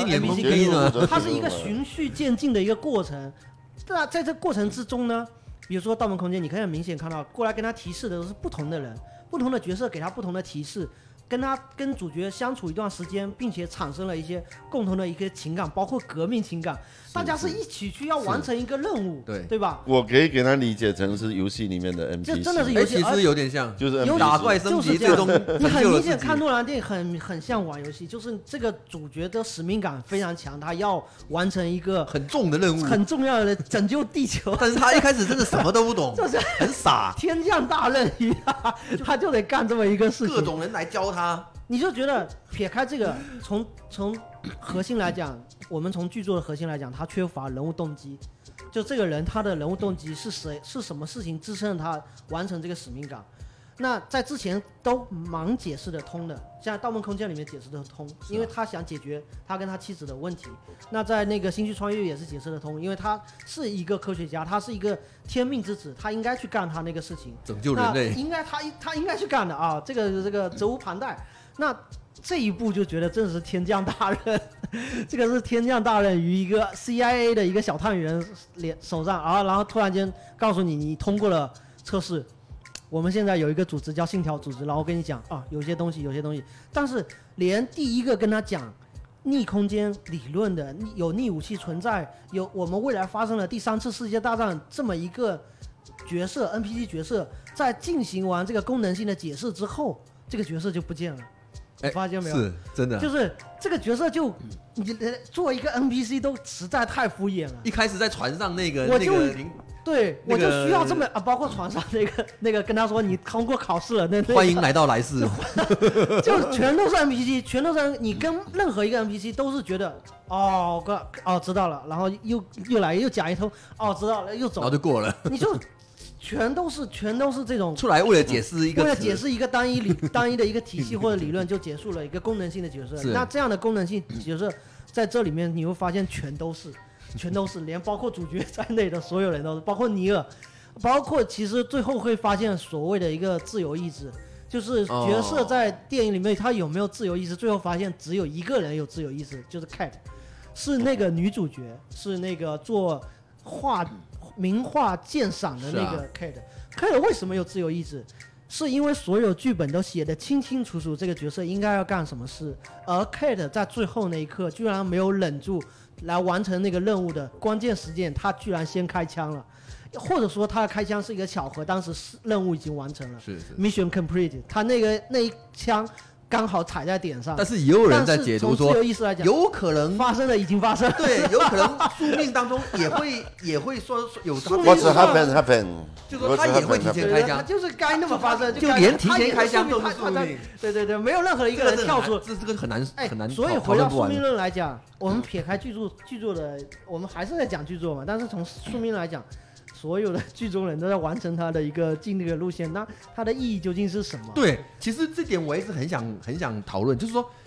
NPC 它是一个循序渐进的一个过程。那在这过程之中呢？比如说《盗梦空间》，你可以很明显看到，过来跟他提示的都是不同的人，不同的角色给他不同的提示，跟主角相处一段时间，并且产生了一些共同的一个情感，包括革命情感，大家是一起去要完成一个任务，对吧？ 我可以给他理解成是游戏里面的 NPC， 这真的是游戏， 其实有点像， 就是打怪升级，最终你很明显看诺兰电影很像玩游戏，就是这个主角的使命感非常强，他要完成一个很重的任务， 很重要的拯救地球。 但是他一开始真的什么都不懂， 就是很傻， 天降大任于他就得干这么一个事情， 各种人来教他。 你就觉得撇开这个，从核心来讲，我们从剧作的核心来讲，他缺乏人物动机。就这个人他的人物动机是谁，是什么事情支撑他完成这个使命感？那在之前都蛮解释得通的，像《盗梦空间》里面解释得通，因为他想解决他跟他妻子的问题。那在那个《星际穿越》也是解释得通，因为他是一个科学家，他是一个天命之子，他应该去干他那个事情， 拯救人类。 应该他应该去干的啊，这个责无旁贷。那这一步就觉得真的是天降大任，这个是天降大任于一个 CIA 的一个小探员手上啊，然后突然间告诉你通过了测试，我们现在有一个组织叫信条组织，然后跟你讲啊，有些东西，但是连第一个跟他讲逆空间理论的有逆武器存在，有我们未来发生了第3次世界大战这么一个角色 NPC 角色，在进行完这个功能性的解释之后，这个角色就不见了。你发现没有？ 是真的， 就是这个角色你做一个 NPC 都实在太敷衍了。 一开始在船上那个， 对，我就需要这么包括船上那个跟他说你通过考试了， 欢迎来到来世， 就全都是 NPC， 全都是你跟任何一个 NPC 都是觉得知道了，然后又来又讲一通，知道了又走， 然后就过了， 你就。全都是这种出来为了解释一个单一的一个体系或者理论就结束了一个功能性的角色。那这样的功能性角色在这里面你会发现全都是，连包括主角在内的所有人都是，包括尼尔，包括其实最后会发现所谓的一个自由意志，就是角色在电影里面他有没有自由意志，最后发现只有一个人有自由意志，就是 Cat， 是那个女主角，是那个做名画鉴赏的那个 Kate 为什么有自由意志？是因为所有剧本都写得清清楚楚，这个角色应该要干什么事，而 Kate 在最后那一刻居然没有忍住来完成那个任务的关键时间，他居然先开枪了，或者说他的开枪是一个巧合，当时任务已经完成了， 是 Mission Complete， 他那一枪刚好踩在点上， 但是也有人在解读说， 自由意识来讲， 有可能发生了，已经发生了， 对，有可能宿命当中也会说有 What's happen， 就说他也会提前开枪， 他就是该那么发生， 就连提前开枪都是宿命， 对，没有任何一个人跳出， 这个很难。 所以回到宿命论来讲，我们撇开剧作的，我们还是在讲剧作嘛，但是从宿命来讲。所有的剧中人都在完成他的一个经历的路线，那它的意义究竟是什么？ 对，其实这点我也是很想讨论，就是说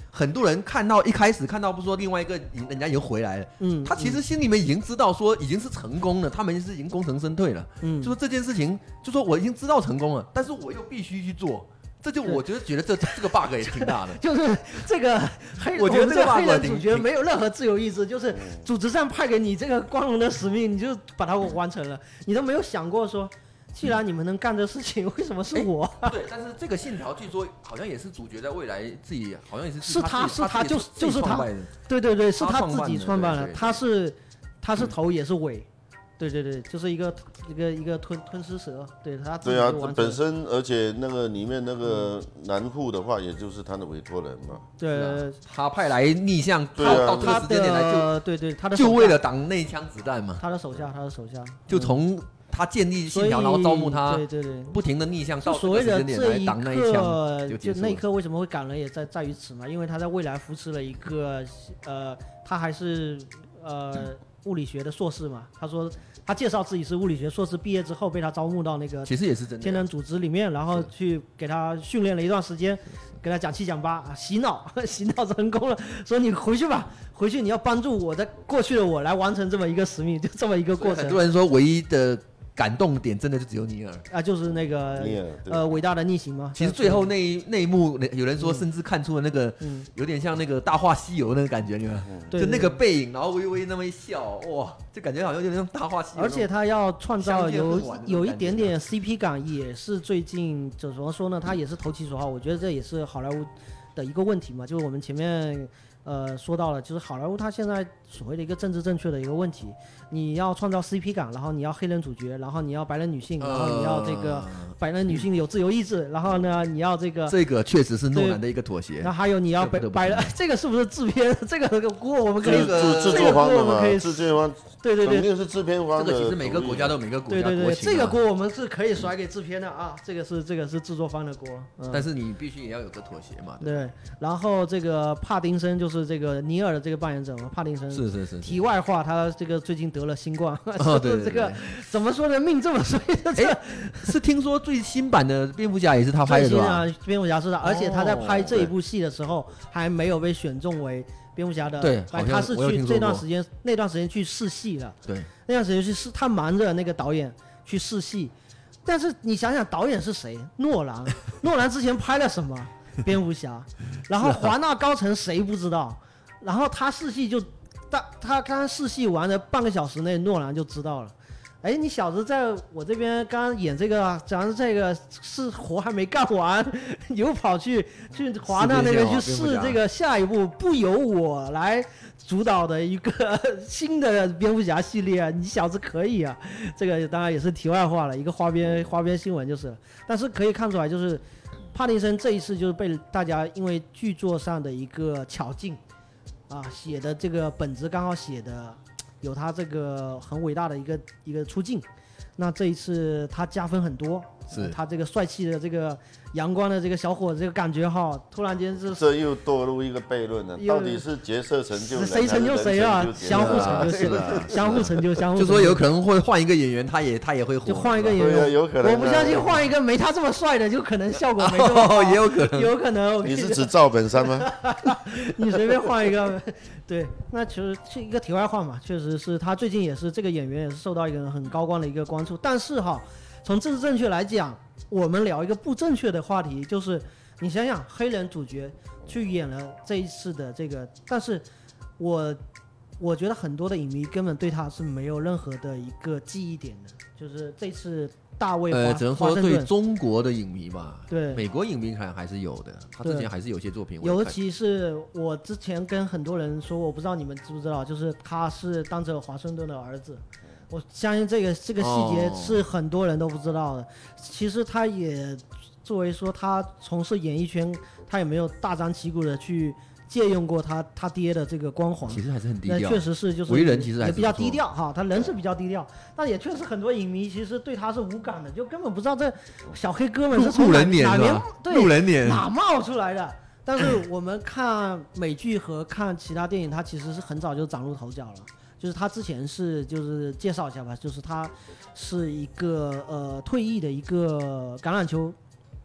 很多人一开始看到不说另外一个人家已经回来了，他其实心里面已经知道说已经是成功了，他们是已经功成身退了，就说这件事情，就说我已经知道成功了，但是我又必须去做。这就我觉得这个 bug 也挺大的， 就是这个我觉得这个 bug 黑人主角没有任何自由意志，就是组织上派给你这个光荣的使命，你就把它完成了，你都没有想过说，既然你们能干这事情，为什么是我？ 对，但是这个信条据说好像也是主角在未来自己好像也是他就是他，对，是他自己创办的，他是头也是尾。对，就是一个吞噬蛇，对他自己对啊，本身而且那个里面那个男护的话，也就是他的委托人嘛。 对， 他派来逆向，到这个时间点来对，他的就为了挡内枪子弹嘛。 他的手下， 就从他建立信条，然后招募他，对，不停的逆向到这个时间点来挡那一枪， 就那一刻为什么会感人也在于此嘛，因为他在未来扶持了一个他还是物理学的硕士嘛，他说他介绍自己是物理学硕士，毕业之后被他招募到那个其实也是真的天能组织里面，然后去给他训练了一段时间，给他讲7讲8，洗脑成功了，说你回去吧，回去你要帮助过去的我来完成这么一个使命，就这么一个过程。 很多人说唯一的感动点真的就只有尼尔啊，就是那个伟大的逆行嘛。 其实最后那一幕，有人说甚至看出了那个有点像那个《大话西游》那个感觉，你看，就那个背影，然后微微那么一笑，哇，就感觉好像有点像《大话西游》。 而且他要创造有一点点 CP 感，也是最近怎么说呢？他也是投其所好，我觉得这也是好莱坞的一个问题嘛，就是我们前面说到了，就是好莱坞它现在所谓的一个政治正确的一个问题，你要创造 CP 感，然后你要黑人主角，然后你要白人女性，然后你要这个白人女性有自由意志，然后呢你要这个确实是诺兰的一个妥协。 然后还有你要白人，这个是不是制片？这个锅我们可以制作方的嘛，制片方对， 肯定是制片方的。 这个其实每个国家都有每个国家对，这个锅我们是可以甩给制片的啊，这个是制作方的锅。 但是你必须也要有个妥协嘛。 对，然后这个帕丁森就是这个尼尔的这个扮演者嘛，帕丁森是。 题外话，他这个最近得了新冠， 对， 这个怎么说呢？命这么衰， 是听说最新版的蝙蝠侠也是他拍的，是吧？ 蝙蝠侠是他，而且他在拍这一部戏的时候还没有被选中为蝙蝠侠的， 对， 他是去那段时间去试戏了， 对， 那段时间是他瞒着那个导演去试戏，但是你想想导演是谁？诺兰之前拍了什么？蝙蝠侠，然后华纳高层谁不知道？然后他试戏就，他刚试戏完了半个小时内，诺兰就知道了。哎，你小子在我这边刚刚演这个，讲这个是活还没干完，又跑去华纳那边去试这个下一部不由我来主导的一个新的蝙蝠侠系列，你小子可以啊！这个当然也是题外话了，一个花边新闻就是了。但是可以看出来，就是帕丁森这一次就是被大家因为剧作上的一个巧劲啊，写的这个本子刚好写的。有他这个很伟大的一个出镜，那这一次他加分很多， 是他这个帅气的这个阳光的这个小伙子这个感觉哈，突然间是这又堕入一个悖论了，到底是角色成就谁成就谁啊？相互成就是了，相互成就。 就说有可能会换一个演员，他也会火， 就换一个演员， 有可能。 我不相信换一个没他这么帅的，就可能效果没这么好， 也有可能， 有可能。 你是指赵本山吗？ 你随便换一个。对，那其实是一个题外话嘛，确实是他最近也是这个演员也是受到一个很高光的一个关注，但是哈，从政治正确来讲，我们聊一个不正确的话题，就是你想想黑人主角去演了这一次的这个，但是我觉得很多的影迷根本对他是没有任何的一个记忆点的，就是这次大卫只能说对中国的影迷吧， 对美国影迷看还是有的，他之前还是有些作品， 尤其是我之前跟很多人说，我不知道你们知不知道，就是他是当着华盛顿的儿子，我相信这个细节是很多人都不知道的。其实他也作为说他从事演艺圈，他也没有大张旗鼓的去借用过他爹的这个光环， 其实还是很低调。 确实是，就是为人其实还是也比较低调哈，他人是比较低调，但也确实很多影迷其实对他是无感的，就根本不知道这小黑哥们是从哪年哪冒出来的。但是我们看美剧和看其他电影，他其实是很早就崭露头角了。就是他之前是就是介绍一下吧，就是他是一个退役的一个橄榄球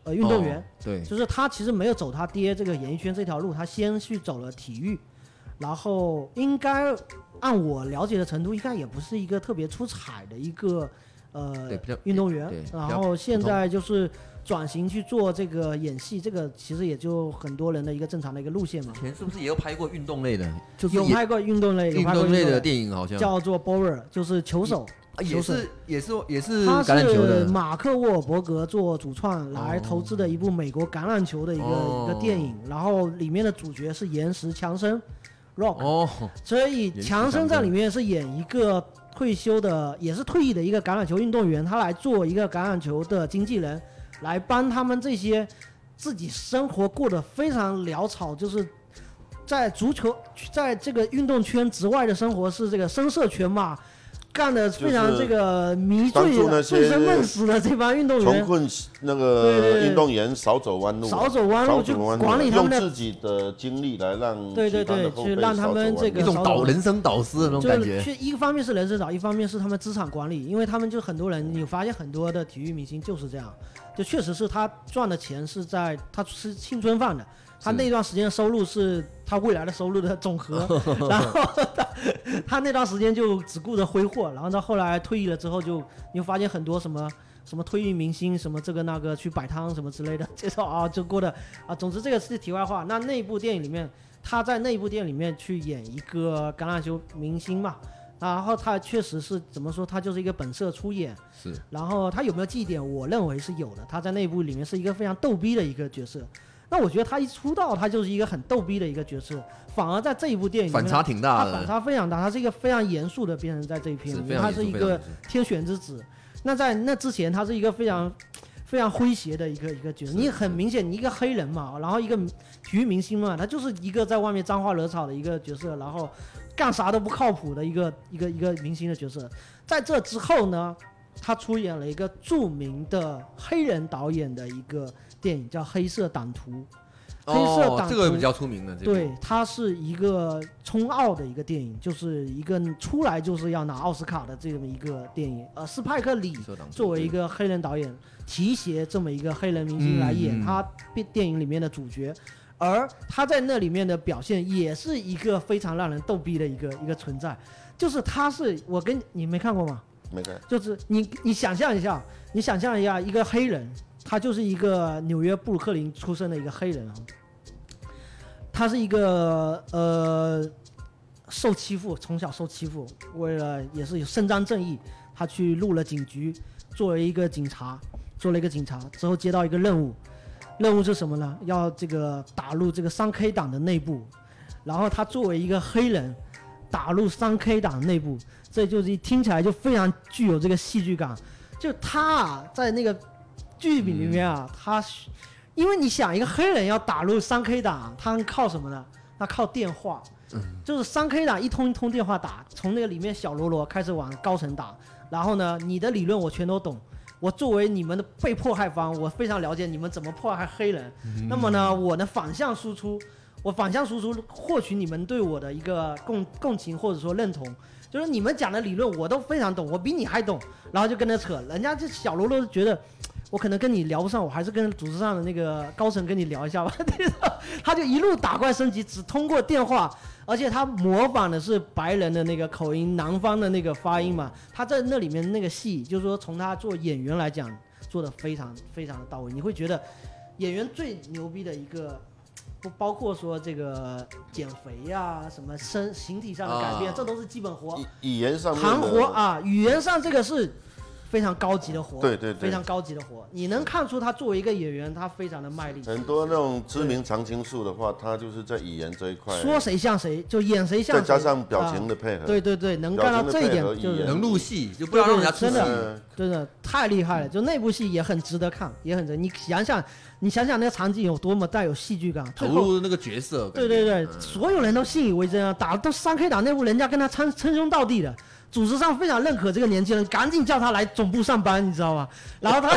运动员， 对， 就是他其实没有走他爹这个演艺圈这条路，他先去走了体育，然后应该按我了解的程度，应该也不是一个特别出彩的一个运动员，然后现在就是转型去做这个演戏，这个其实也就很多人的一个正常的一个路线嘛。 以前是不是也有拍过运动类的？就是有拍过运动类的电影，好像叫做 Bowler， 就是球手。 也是他橄榄球的。 是马克沃尔伯格做主创来投资的一部美国橄榄球的一个电影，然后里面的主角是岩石强森 Rock，所以强森在里面是演一个退休的，也是退役的一个橄榄球运动员，他来做一个橄榄球的经纪人，来帮他们这些自己生活过得非常潦草，就是在足球在这个运动圈之外的生活是这个声色犬马。干的非常这个迷醉醉生梦死的这帮运动员， 穷困那个运动员少走弯路， 就管理他们用自己的精力来让对，去让他们这个一种人生导师的那种感觉。 就一个方面是人生导，一方面是他们资产管理，因为他们就很多人，你发现很多的体育明星就是这样，就确实是他赚的钱是在他吃青春饭的。他那段时间的收入是他未来的收入的总和，然后他那段时间就只顾着挥霍，然后到后来退役了之后你会发现很多什么退役明星什么这个那个去摆摊什么之类的，介绍就过的总之这个是题外话。那一部电影里面，他在那一部电影里面去演一个橄榄球明星嘛，然后他确实是怎么说，他就是一个本色出演， 是。 然后他有没有记忆点？我认为是有的。他在那一部里面是一个非常逗逼的一个角色。那我觉得他一出道，他就是一个很逗逼的一个角色，反而在这一部电影里面反差挺大的， 反差非常大。他是一个非常严肃的变成在这一片里面，他是一个天选之子。那在那之前，他是一个非常诙谐的一个角色。你很明显，你一个黑人嘛，然后一个体育明星嘛，他就是一个在外面沾花惹草的一个角色，然后干啥都不靠谱的一个明星的角色。在这之后呢，他出演了一个著名的黑人导演的一个电影叫《黑色党徒》。黑色党徒这个比较出名的， 对，它是一个冲奥的一个电影，就是一个出来就是要拿奥斯卡的这么一个电影。斯派克李作为一个黑人导演，提携这么一个黑人明星来演他电影里面的主角，而他在那里面的表现也是一个非常让人逗逼的一个存在。就是他是你没看过吗？ 没看。 就是你想象一下，一个黑人。他就是一个纽约布鲁克林出生的一个黑人啊，他是一个受欺负，从小受欺负，为了也是伸张正义，他去入了警局，做了一个警察之后接到一个任务是什么呢？要这个打入这个3K 党的内部，然后他作为一个黑人打入3K 党内部，这就是听起来就非常具有这个戏剧感。就他在那个剧里面因为你想一个黑人要打入3K 党，他靠什么呢？他靠电话，就是3K 党一通电话打，从那个里面小喽啰开始往高层打，然后呢，你的理论我全都懂，我作为你们的被迫害方，我非常了解你们怎么迫害黑人，那么呢，我的反向输出获取你们对我的一个共情或者说认同。就是你们讲的理论我都非常懂，我比你还懂，然后就跟他扯，人家这小喽啰觉得我可能跟你聊不上，我还是跟组织上的那个高层跟你聊一下吧。他就一路打怪升级，只通过电话，而且他模仿的是白人的那个口音，南方的那个发音嘛。他在那里面那个戏，就是说从他做演员来讲，做得非常非常的到位。你会觉得演员最牛逼的一个。不包括说这个减肥呀、什么形体上的改变，这都是基本活。 语言上面行活语言上这个是非常高级的活， 对， 非常高级的活。你能看出他作为一个演员，他非常的卖力。 很多那种知名常青树的话，他就是在语言这一块， 说谁像谁就演谁像谁， 再加上表情的配合， 对，能干到这一点，就是能入戏，就不要让人家出戏。 真的太厉害了，就那部戏也很值得看，也很值得。你想想那个场景有多么带有戏剧感， 投入那个角色。 对，所有人都信以为真啊！打到3K 党内部，人家跟他称兄道弟的，组织上非常认可这个年轻人，赶紧叫他来总部上班，你知道吗？然后他，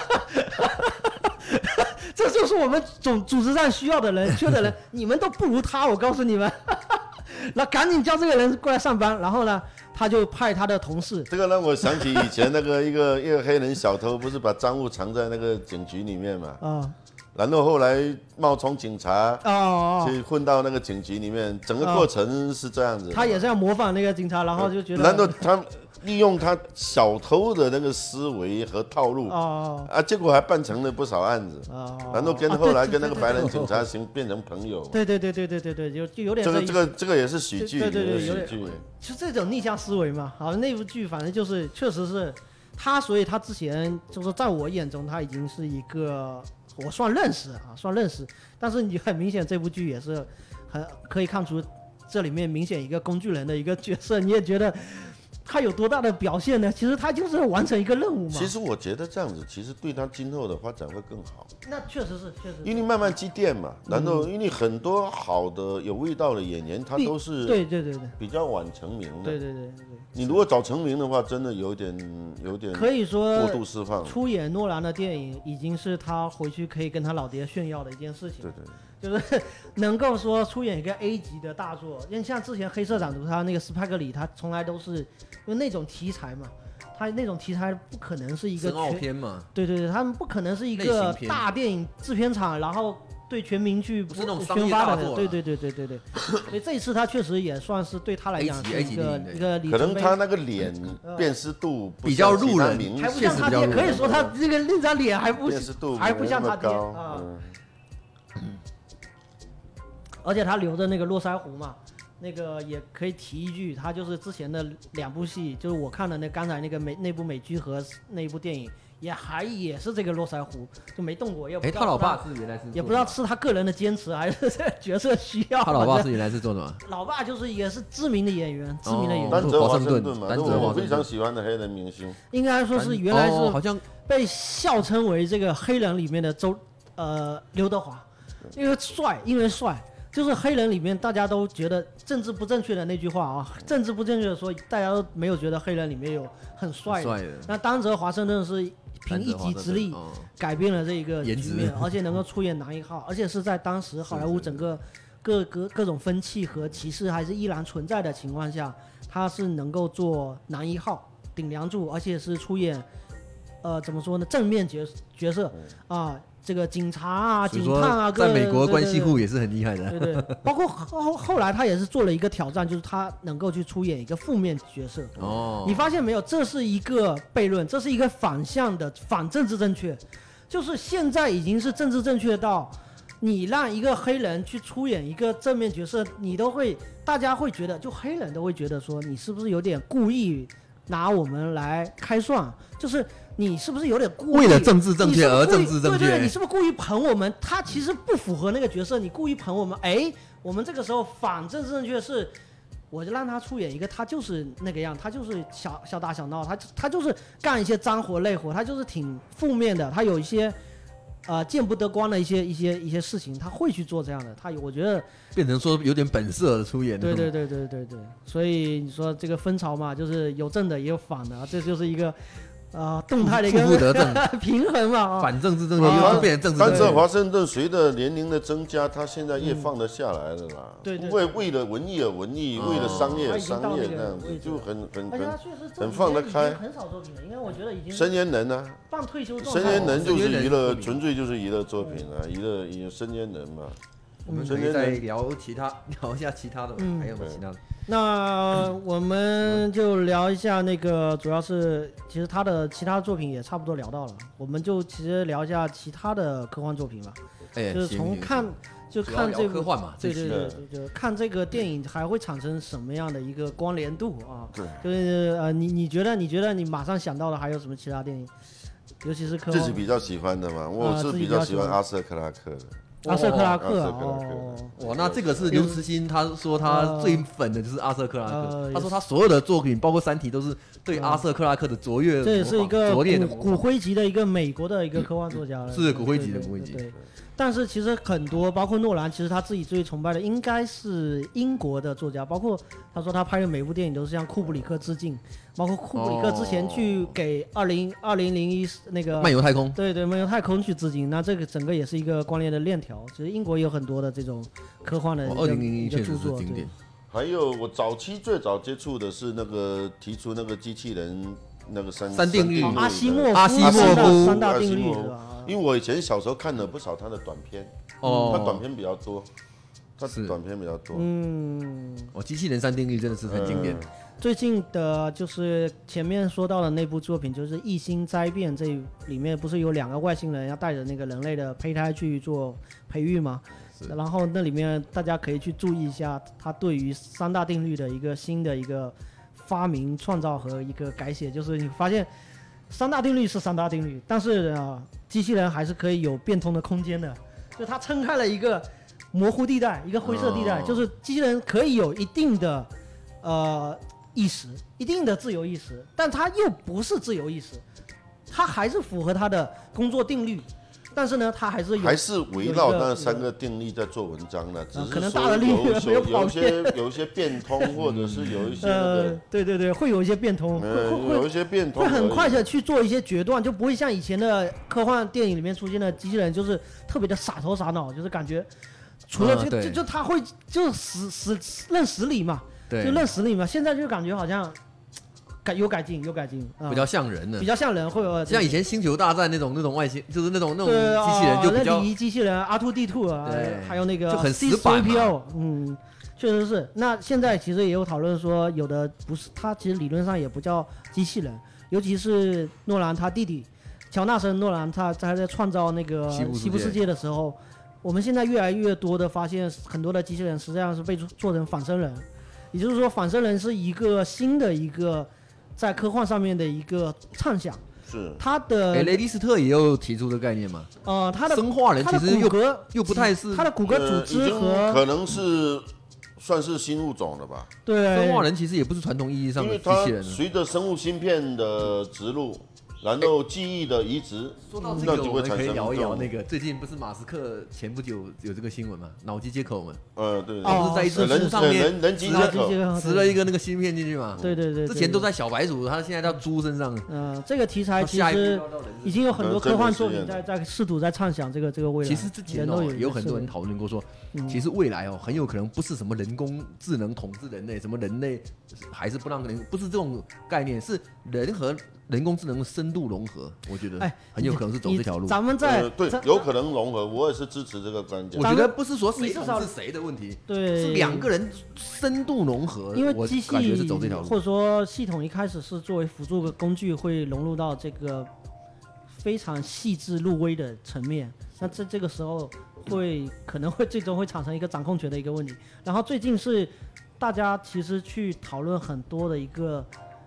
这就是我们组织上需要的人，缺的人，你们都不如他，我告诉你们。那赶紧叫这个人过来上班，然后呢， 他就派他的同事。 这个让我想起以前那个一个黑人小偷，不是把赃物藏在那个警局里面嘛？然后后来冒充警察去混到那个警局里面，整个过程是这样子。 他也是要模仿那个警察，然后就觉得， 然后他利用他小偷的那个思维和套路结果还办成了不少案子然后后来跟那个白人警察变成朋友。 对，就有点这个也是喜剧， 对， 喜剧， 就这种逆向思维嘛。好，那部剧反正就是确实是他，所以他之前就是在我眼中他已经是一个我算认识，但是你很明显这部剧也是很可以看出这里面明显一个工具人的一个角色，你也觉得他有多大的表现呢？其实他就是完成一个任务嘛。 其实我觉得这样子，其实对他今后的发展会更好。 那确实是， 因为慢慢积淀嘛。然后因为很多好的有味道的演员，他都是对比较晚成名的。 对。 你如果早成名的话，真的有点可以说过度释放。 出演诺兰的电影已经是他回去可以跟他老爹炫耀的一件事情。 对。 就是能够说出演一个 A 级的大作，因为像之前黑色党徒他那个斯派克里，他从来都是因为那种题材嘛，他那种题材不可能是一个深奥片嘛， 对，他们不可能是一个大电影制片厂，然后对全民去宣发的，对，所以这一次他确实也算是对他来讲是一个里程碑。 可能他那个脸辨识度比较入人， 还不像他爹，可以说他这个那张脸还不像他爹而且他留着那个络腮胡嘛，那个也可以提一句，他就是之前的2部戏，就是我看的刚才那部美剧和那一部电影，也是这个络腮胡，就没动过。 他老爸是原来是也不知道是他个人的坚持还是角色需要。 他老爸是原来是做什么？ 老爸就是也是知名的演员， 丹泽华盛顿嘛，我非常喜欢的黑人明星。 应该说是原来是好像被笑称为这个黑人里面的刘德华，因为帅。就是黑人里面大家都觉得政治不正确的那句话啊，政治不正确的说，大家都没有觉得黑人里面有很帅的。那丹泽华盛顿是凭一己之力改变了这个局面，而且能够出演男一号，而且是在当时好莱坞整个各种分歧和歧视还是依然存在的情况下，他是能够做男一号顶梁柱，而且是出演怎么说呢，正面角色这个警察啊、警探啊， 在美国关系户也是很厉害的。 对，包括后来他也是做了一个挑战，就是他能够去出演一个负面角色。你发现没有？这是一个悖论，这是一个反向的反政治正确，就是现在已经是政治正确到，你让一个黑人去出演一个正面角色，大家会觉得，就黑人都会觉得说，你是不是有点故意拿我们来开涮？就是你是不是有点故意为了政治正确而政治正确？ 对，你是不是故意捧我们？他其实不符合那个角色，你故意捧我们。我们这个时候反政治正确是，我就让他出演一个，他就是那个样，他就是小打小闹，他就是干一些脏活累活，他就是挺负面的，他有一些见不得光的一些事情，他会去做这样的。我觉得变成说有点本色的出演。 对，所以你说这个风潮嘛，就是有正的也有反的，这就是一个。动态的一个平衡嘛， 反政治正确又变成政治正确。 但是华盛顿随着年龄的增加，他现在越放得下来了啦。 对， 为了文艺而文艺，为了商业而商业，这样子就很放得开。 很少作品了，应该我觉得已经。 深渊人啊， 半退休状态。 深渊人就是娱乐，纯粹就是娱乐作品啊，娱乐深渊人嘛。 我们可以再聊一下其他的，还有没有其他的？ 那我们就聊一下那个，主要是其实他的其他作品也差不多聊到了，我们就其实聊一下其他的科幻作品吧。就是从看这个科幻嘛， 对，就看这个电影还会产生什么样的一个关联度啊？对，就是你觉得你马上想到的还有什么其他电影？尤其是科幻自己比较喜欢的嘛，我是比较喜欢阿瑟克拉克的。 阿瑟克拉克哇，那这个是刘慈欣，他说他最粉的就是阿瑟克拉克。他说他所有的作品，包括《三体》，都是对阿瑟克拉克的卓越。 这也是一个骨灰级的一个美国的一个科幻作家了。 是骨灰级的。 对。但是其实很多，包括诺兰，其实他自己最崇拜的应该是英国的作家，包括他说他拍的每部电影都是向库布里克致敬，包括库布里克之前去给2001那个漫游太空， 对，漫游太空去致敬，那这个整个也是一个关联的链条。其实英国也有很多的这种科幻的一个著作。 还还有我最早接触的是那个提出那个机器人那个三定律阿西莫夫三大定律是吧？ 因为我以前小时候看了不少他的短片，他短片比较多， 机器人三定律真的是很经典。 最近的就是前面说到的那部作品，就是《异星灾变》，这里面不是有2个外星人要带着那个人类的胚胎去做培育吗？然后那里面大家可以去注意一下，他对于三大定律的一个新的一个发明、创造和一个改写，就是你发现三大定律是三大定律，但是机器人还是可以有变通的空间的，就它撑开了一个模糊地带，一个灰色地带，就是机器人可以有一定的意识，一定的自由意识，但它又不是自由意识，它还是符合它的工作定律，但是呢，它还是围绕那3个定律在做文章的，只是可能大的力没有跑偏， 有一些变通，或者是有一些对，会有一些变通， 有一些变通， 会很快的去做一些决断，就不会像以前的科幻电影里面出现的机器人，就是特别的傻头傻脑，就是感觉除了就他会就认死理嘛。 对， 就认实力嘛，现在就感觉好像有改进， 比较像人的， 比较像人，会有像以前星球大战那种外星，就是那种机器人就比较礼仪机器人 R2D2 啊，还有那个就很死板嘛， 确实是。那现在其实也有讨论说，有的不是，它其实理论上也不叫机器人，尤其是诺兰他弟弟乔纳森·诺兰，他在创造那个西部世界的时候，我们现在越来越多的发现，很多的机器人实际上是被做成仿生人。也就是说，仿生人是一个新的一个在科幻上面的一个畅想。 是他的雷迪斯特也有提出的概念嘛？ 他的生化人其实又不太是他的骨骼组织和可能是算是新物种了吧？ 对， 生化人其实也不是传统意义上的机器人， 随着生物芯片的植入。然后记忆的移植， 说到这个，我们可以聊一聊那个最近不是马斯克前不久有这个新闻嘛，脑机接口嘛， 对， 他不是在一只猪上面人机接口植了一个那个芯片进去嘛， 对， 之前都在小白鼠，他现在到猪身上。 这个题材其实已经有很多科幻作品在试图在畅想这个未来。 其实之前有很多人讨论过说，其实未来很有可能不是什么人工智能统治人类，什么人类还是不让人，不是这种概念，是人和人工智能深度融合，我觉得很有可能是走这条路。 咱们在对有可能融合，我也是支持这个观点。 我觉得不是说谁统治谁的问题， 对， 是2个人深度融合。 因为机器感觉是走这条路， 或者说系统一开始是作为辅助的工具，会融入到这个非常细致入微的层面。那在这个时候可能会最终会产生一个掌控权的一个问题。然后最近是大家其实去讨论很多的一个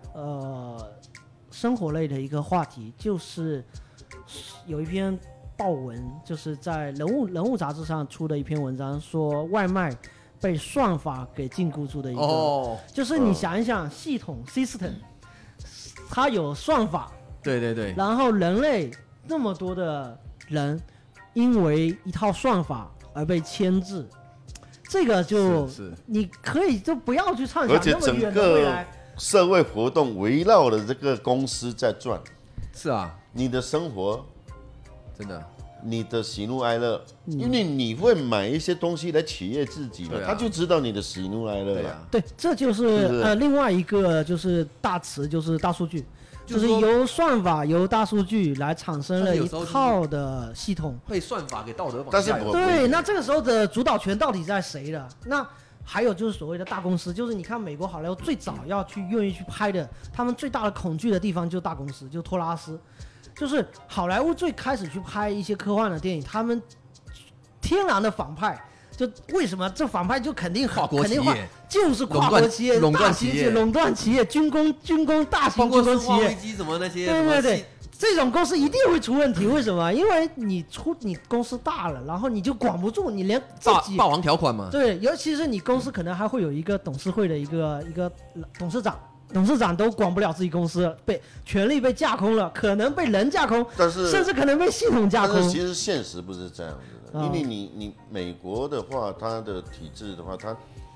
生活类的一个话题，就是有一篇报文，就是在人物杂志上出的一篇文章，说外卖被算法给禁锢住的一个，就是你想一想，系统 system 它有算法， 对， 然后人类那么多的人因为一套算法而被牵制，这个就是你可以就不要去畅想那么远的未来。 社会活动围绕着这个公司在转， 是啊， 你的生活真的， 你的喜怒哀乐，因为你会买一些东西来取悦自己嘛，他就知道你的喜怒哀乐了。 对，这就是另外一个就是大词，就是大数据，就是由算法由大数据来产生了一套的系统， 被算法给道德绑架。 对，那这个时候的主导权到底在谁的？那还有就是所谓的大公司，就是你看美国好莱坞最早愿意去拍的，他们最大的恐惧的地方就是大公司，就是托拉斯，就是好莱坞最开始去拍一些科幻的电影，他们天然的反派，就为什么这反派就肯定跨国企业， 就是跨国企业、 垄断企业、军工大型军工企业， 飞机什么那些， 对。这种公司一定会出问题，为什么？因为你公司大了，然后你就管不住，你连自己霸王条款嘛。 对，尤其是你公司可能还会有一个董事会的一个董事长都管不了自己公司，权力被架空了，可能被人架空， 但是甚至可能被系统架空。 但是其实现实不是这样子的，因为你美国的话，它的体制的话，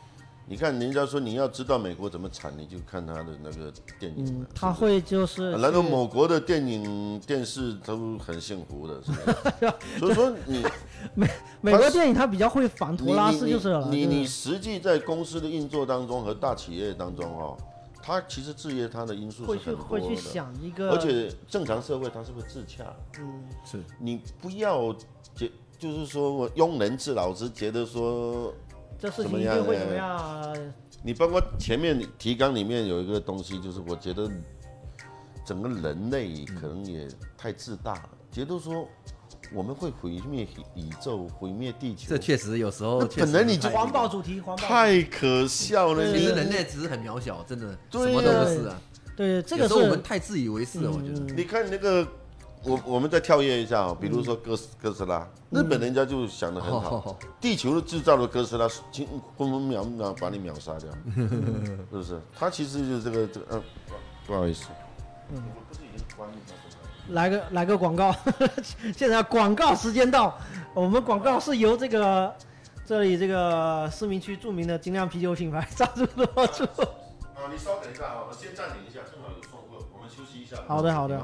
你看人家说你要知道美国怎么产，你就看他的那个电影他会就是然后某国的电影电视都很幸福的，是吧？所以说你美国电影它比较会反托拉斯就是了。 你实际在公司的运作当中和大企业当中哦，它其实制约它的因素是很多的， 会去想一个， 而且正常社会它是会自洽， 是你不要就是说我庸人自扰之，觉得说。 这事情一定会怎么样？ 你包括前面提纲里面有一个东西，就是我觉得整个人类可能也太自大了，觉得说我们会毁灭宇宙、毁灭地球。 这确实有时候本来你就环保主题， 太可笑了。 其实人类只是很渺小，真的什么都不是啊。 对，这个是我们太自以为是了，我觉得。 你看那个。我们再跳跃一下哦，比如说哥斯拉，日本人家就想得很好，地球制造的哥斯拉，分分秒秒把你秒杀掉，是不是？他其实就是这个，不好意思，我不是已经关闭了吗？ 来个广告，现在广告时间到，我们广告是由这里这个市民区著名的精酿啤酒品牌赞助播出。 你稍等一下啊，我先暂停一下，正好有送货，我们休息一下。 好的。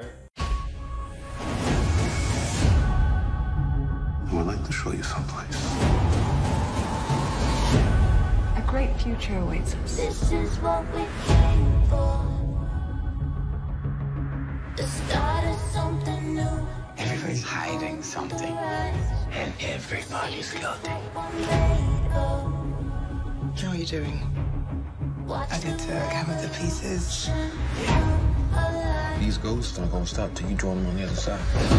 I would like to show you someplace. A great future awaits us. This is what we came for. The start of something new. Everybody's hiding something, and everybody's guilty. How are you doing? I get to gather the pieces. These ghosts aren't gonna stop till you join them on the other side.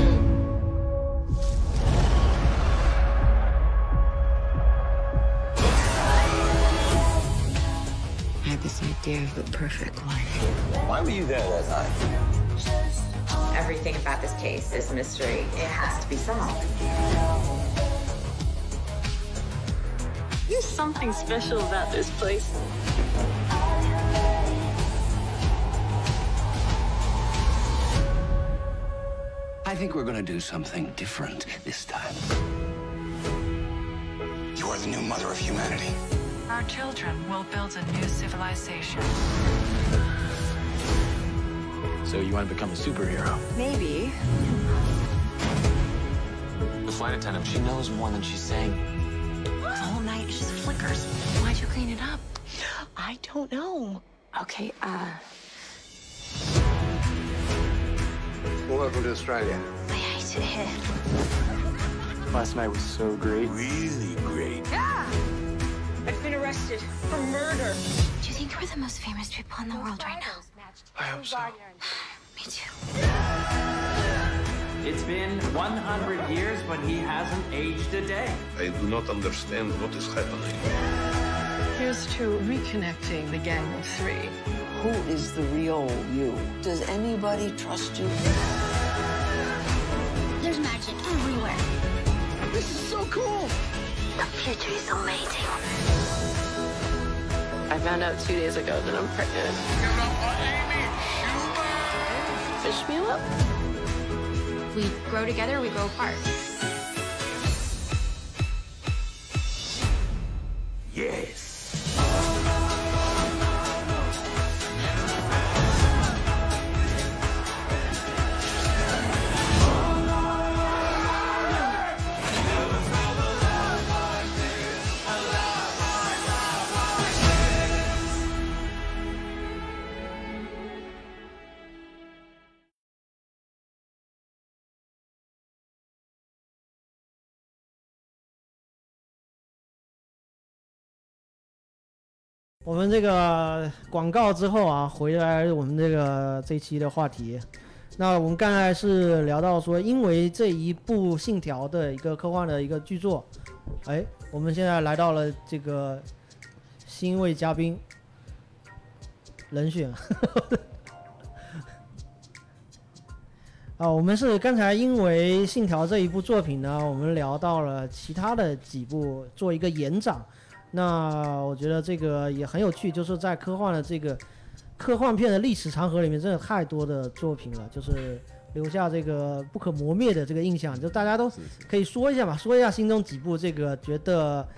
I had this idea of the perfect life. Why were you there that night? Everything about this case is a mystery. It has to be solved. There's something special about this place. I think we're gonna do something different this time. You are the new mother of humanity. Our children will build a new civilization. So you want to become a superhero? Maybe. The flight attendant, she knows more than she's saying. The whole night it just flickers. Why'd you clean it up? I don't know. Okay, Well, welcome to Australia. I hate it here. Last night was so great. Really great. Yeah! I've been arrested for murder. Do you think we're the most famous people in the world right now? I hope so. Me too. It's been 100 years, but he hasn't aged a day. I do not understand what is happening. Here's to reconnecting the gang of three. Who is the real you? Does anybody trust you? There's magic everywhere. This is so cool! The future is amazing. I found out 2 days ago that I'm pregnant. Fish me up? We grow together, we grow apart. Yes. .我们这个广告之后啊，回来我们这期的话题。那我们刚才是聊到说，因为这一部《信条》的一个科幻的一个巨作，我们现在来到了这个新一位嘉宾人选。我们是刚才因为《信条》这一部作品呢，我们聊到了其他的几部做一个延展。那我觉得这个也很有趣，就是在科幻的这个科幻片的历史长河里面，真的太多的作品了，就是留下这个不可磨灭的这个印象。就大家都可以说一下嘛，说一下心中几部这个觉得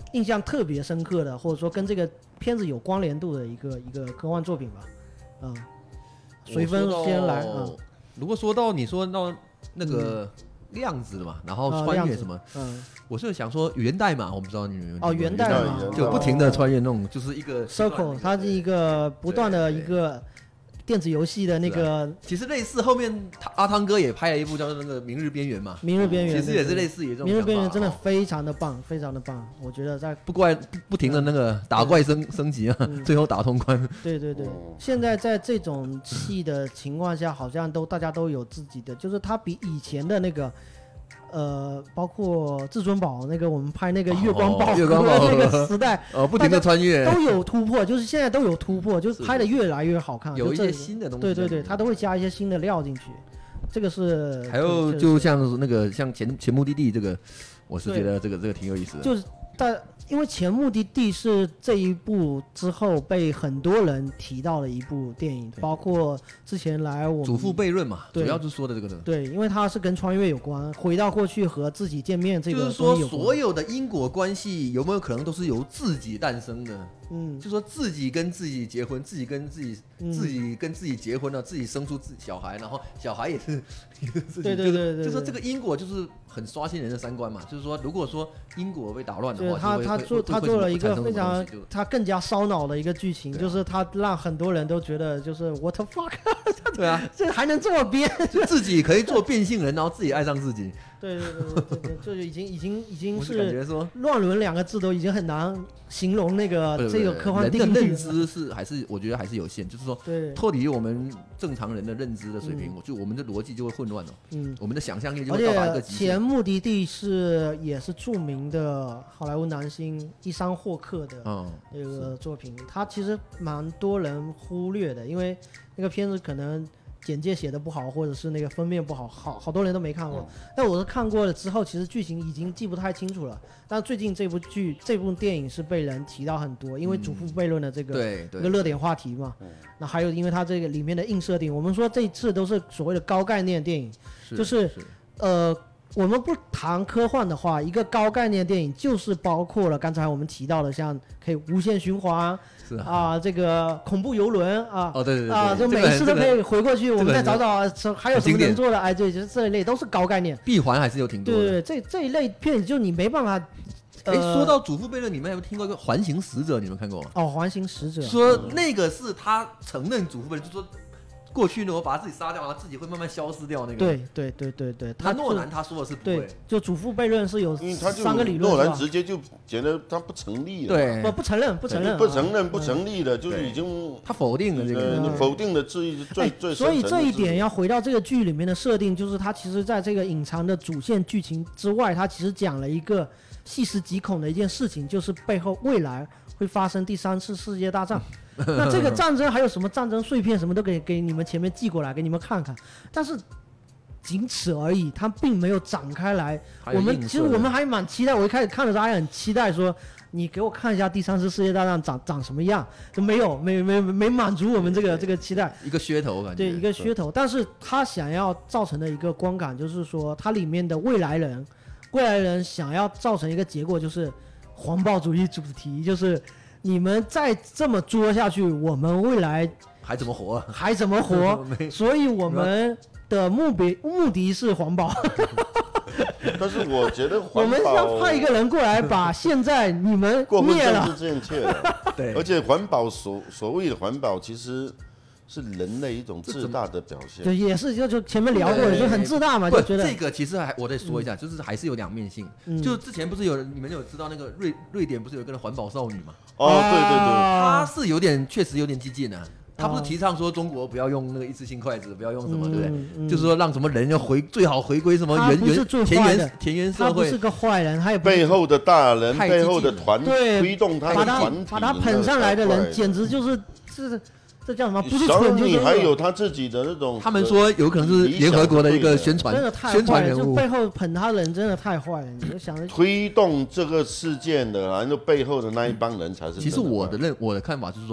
印象特别深刻的，或者说跟这个片子有关联度的一个科幻作品吧。随风先来啊。 如果说到你说到那个量子嘛，然后穿越什么，我是想说元代嘛，我不知道你们有元代嘛， 就不停的穿越那种，就是一个 circle， 它是一个不断的一个电子游戏的那个， 其实类似后面阿汤哥也拍了一部叫做那个《明日边缘》嘛，《 明日边缘》 其实也是类似于这种。 明日边缘真的非常的棒，非常的棒，我觉得在不停的那个打怪升级啊，最后打通关。 对，现在在这种戏的情况下，好像大家都有自己的，就是它比以前的那个。包括至尊宝那个，我们拍那个月光宝盒那个时代， 不停的穿越都有突破，就是现在都有突破，就是拍的越来越好看， 有一些新的东西。 对，它都会加一些新的料进去，这个是。 还有就像那个像前目的地这个，我是觉得这个挺有意思的。 就是因为前目的地是这一部之后被很多人提到的一部电影，包括之前来我们祖父悖论嘛，主要是说的这个的。 对，因为它是跟穿越有关，回到过去和自己见面这个就是说所有的因果关系有没有可能都是由自己诞生的？就说自己跟自己结婚，自己跟自己结婚了，自己生出自己小孩，然后小孩也是对， 就是说这个因果就是很刷新人的三观嘛。就是说，如果说因果被打乱的话， 他做了一个非常他更加烧脑的一个剧情，就是他让很多人都觉得就是 what the fuck， 对啊， 这还能这么编， 自己可以做变性人，然后自己爱上自己。 对，就已经是感觉说乱伦两个字都已经很难形容那个这个科幻定义。 人的认知我觉得还是有限，就是说脱离我们正常人的认知的水平，我们的逻辑就会混乱了。我们的想象力就会到达一个极限。 前目的地也是著名的好莱坞男星伊桑霍克的那个作品，他其实蛮多人忽略的，因为那个片子可能简介写的不好，或者是那个封面不好，好多人都没看过。但我是看过了之后，其实剧情已经记不太清楚了。但最近这部电影是被人提到很多，因为祖父悖论的这个一个热点话题嘛。那还有因为它这个里面的硬设定，我们说这一次都是所谓的高概念电影，就是我们不谈科幻的话，一个高概念电影就是包括了刚才我们提到的，像可以无限循环。这个恐怖游轮啊， 对就每一次都可以回过去，我们再找找还有什么能做的，哎，对，就是这一类都是高概念。 闭环还是有挺多的。 对，这一类片子就你没办法。 说到祖父悖论，你们有没有听过一个环形使者？你们看过吗？ 环形使者。 说那个是他承认祖父悖论，就说。过去呢，我把自己杀掉，然后自己会慢慢消失掉那个。 对。 他诺兰他说的是不会， 就祖父悖论是有3个理论。 诺兰直接就觉得他不成立了。 对， 不承认， 不成立了，就是已经他否定了这个， 否定的最所以这一点要回到这个剧里面的设定，就是他其实在这个隐藏的主线剧情之外，他其实讲了一个细思极恐的一件事情，就是背后未来会发生第3次世界大战。那这个战争还有什么战争碎片什么都给你们前面寄过来给你们看看，但是仅此而已，它并没有展开来。其实我们还蛮期待，我一开始看的时候还很期待说你给我看一下第3次世界大战长什么样，都没满足我们这个期待， 一个噱头感觉。 对，一个噱头。但是他想要造成的一个观感就是说，它里面的未来人想要造成一个结果就是环保主义主题，就是你们再这么作下去，我们未来还怎么活？ 所以我们的目的是环保。 但是我觉得环保， 我们要派一个人过来把现在你们灭了。 过分政治正确了。对，而且环保所谓的环保，其实是人类一种自大的表现。 对，也是就前面聊过的，就很自大嘛，就觉得这个其实我再说一下，就是还是有两面性。就之前不是你们有知道那个瑞典不是有一个环保少女吗？ 对， 她是确实有点激进啊。他不是提倡说中国不要用那个一次性筷子，不要用什么，对不对？就是说让什么人要最好回归什么田园社会。他不是个坏人，他也背后的大人，背后的推动他的团体， 把他捧上来的人，简直就是这叫什么？不是蠢就是。 你还有他自己的那种。 他们说有可能是联合国的一个宣传人物， 就背后捧他的人真的太坏了。你就想着推动这个事件的，然后背后的那一帮人才是。 其实我的看法就是说，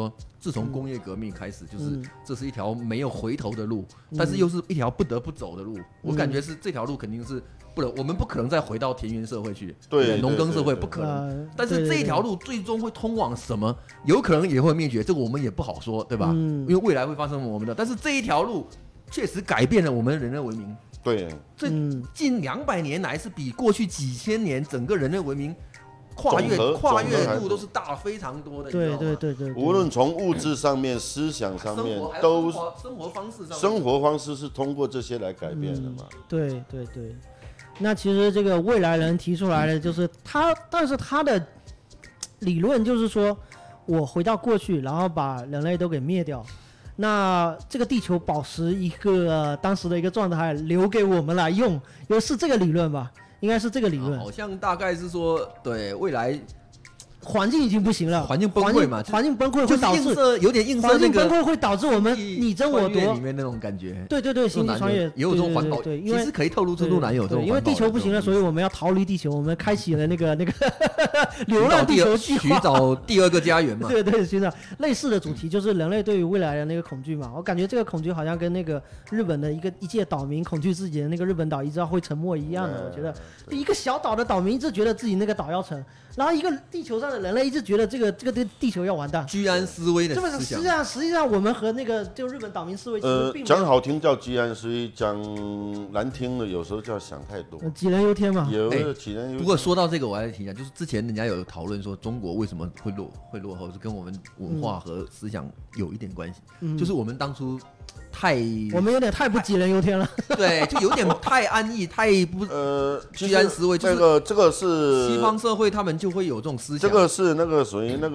自从工业革命开始，就是这是一条没有回头的路，但是又是一条不得不走的路。我感觉是这条路肯定是我们不可能再回到田园社会去， 对， 农耕社会不可能。但是这一条路最终会通往什么？有可能也会灭绝，这个我们也不好说，对吧？因为未来会发生我们的，但是这一条路确实改变了我们人类文明。 对， 这近200年来是比过去几千年整个人类文明跨越度都是大非常多的。 对， 无论从物质上面、思想上面，都生活方式上面， 生活方式是通过这些来改变的嘛。 对。那其实这个未来人提出来的就是但是他的理论就是说，我回到过去，然后把人类都给灭掉。那这个地球保持一个当时的一个状态，留给我们来用，是这个理论吧？应该是这个理论。 好像大概是说，对未来环境已经不行了， 环境崩溃嘛， 环境崩溃会导致有点映射环境崩溃会导致我们你争我夺里面那种感觉。 对，星际穿越也有这种环保， 对， 其实可以透露出路南有这种环保。 因为地球不行了，所以我们要逃离地球，我们开启了那个流浪地球计划， 寻找第二个家园嘛。 对，寻找类似的主题，就是人类对于未来的那个恐惧嘛。我感觉这个恐惧好像跟那个日本的一届岛民恐惧自己的那个日本岛一直会沉没一样的。我觉得一个小岛的岛民一直觉得自己那个岛要沉，然后一个地球上的人类一直觉得这个地球要完蛋， 居安思危的思想。实际上我们和那个就日本岛民思维其实并讲好听叫居安思危，讲难听的有时候叫想太多， 杞人忧天嘛。 有杞人忧天。 不过说到这个，我还提一下，就是之前人家有讨论说中国为什么会落后，是跟我们文化和思想有一点关系。就是我们当初我们有点太不杞人忧天了。 对，就有点太安逸，太不居安思危。 这个是西方社会他们就会有这种思想。 这个是那个属于那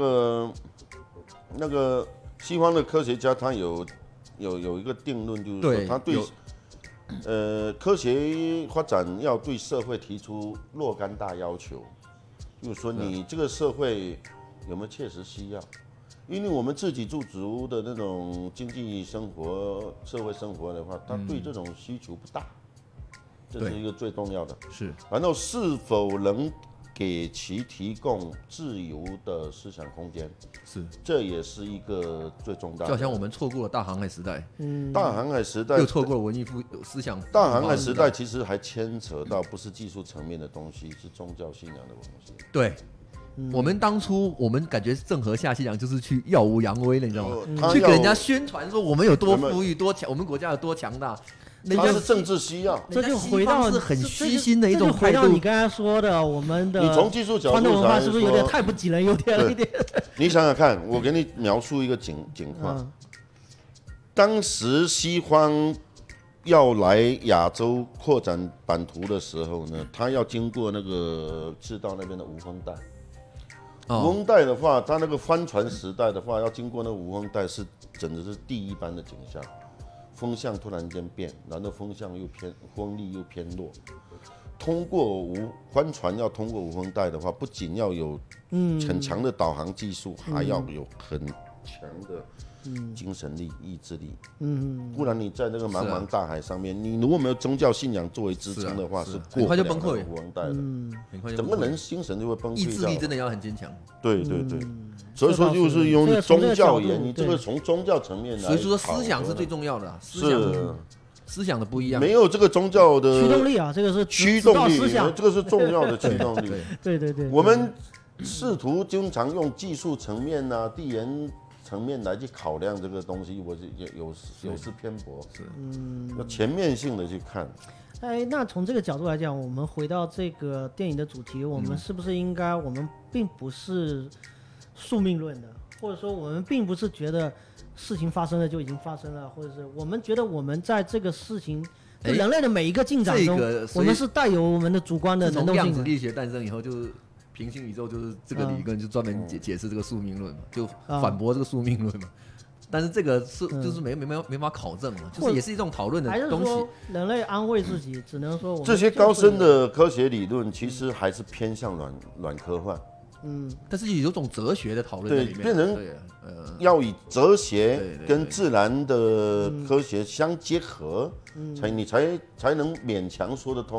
个西方的科学家，他有一个定论，就是说他对科学发展要对社会提出若干大要求，就是说你这个社会有没有切实需要？因为我们自给自足的那种经济生活、社会生活的话，他对这种需求不大，这是一个最重要的。 是， 然后是否能给其提供自由的思想空间， 是， 这也是一个最重大的。 就好像我们错过了大航海时代， 大航海时代又错过了文艺思想。 大航海时代其实还牵扯到不是技术层面的东西，是宗教信仰的东西。 对。我们当初感觉郑和下西洋就是去耀武扬威的，你知道吗？去给人家宣传说我们有多富裕、多强，我们国家有多强大。 那是政治需要， 这就回到是很虚心的一种态度。 回到你刚才说的，我们的你从技术角度传统文化是不是有点太不杞人忧天了一点？ 你想想看，我给你描述一个景况。当时西方要来亚洲扩展版图的时候呢，他要经过那个赤道那边的无风带。无风带的话，它那个帆船时代的话，要经过那个无风带是整的是地一般的景象，风向突然间变，然后风力又偏弱。通过帆船要通过无风带的话，不仅要有很强的导航技术，还要有很强的精神力、意志力。不然你在那个茫茫大海上面，你如果没有宗教信仰作为支撑的话，是过不了那个无风带的。整个人精神就会崩溃。 意志力真的要很坚强。 对，所以说就是用宗教原因，这个从宗教层面来。 所以说思想是最重要的，思想的不一样。 没有这个宗教的驱动力啊，这个是驱动力，这个是重要的驱动力。 对， 我们试图经常用技术层面啊、地缘层面来去考量这个东西，我有失偏颇，要全面性的去看。 那从这个角度来讲，我们回到这个电影的主题，我们是不是应该，我们并不是宿命论的，或者说我们并不是觉得事情发生了就已经发生了，或者是我们觉得我们在这个事情人类的每一个进展中，我们是带有我们的主观的能动性的。 量子力学诞生以后，就是平行宇宙，就是这个理论就专门解释这个宿命论嘛，就反驳这个宿命论嘛。但是这个是就是没法考证嘛，就是也是一种讨论的东西。 还是说人类安慰自己，只能说我们这些高深的科学理论其实还是偏向软科幻。 但是有种哲学的讨论在里面， 变成要以哲学跟自然的科学相结合，你才能勉强说得通。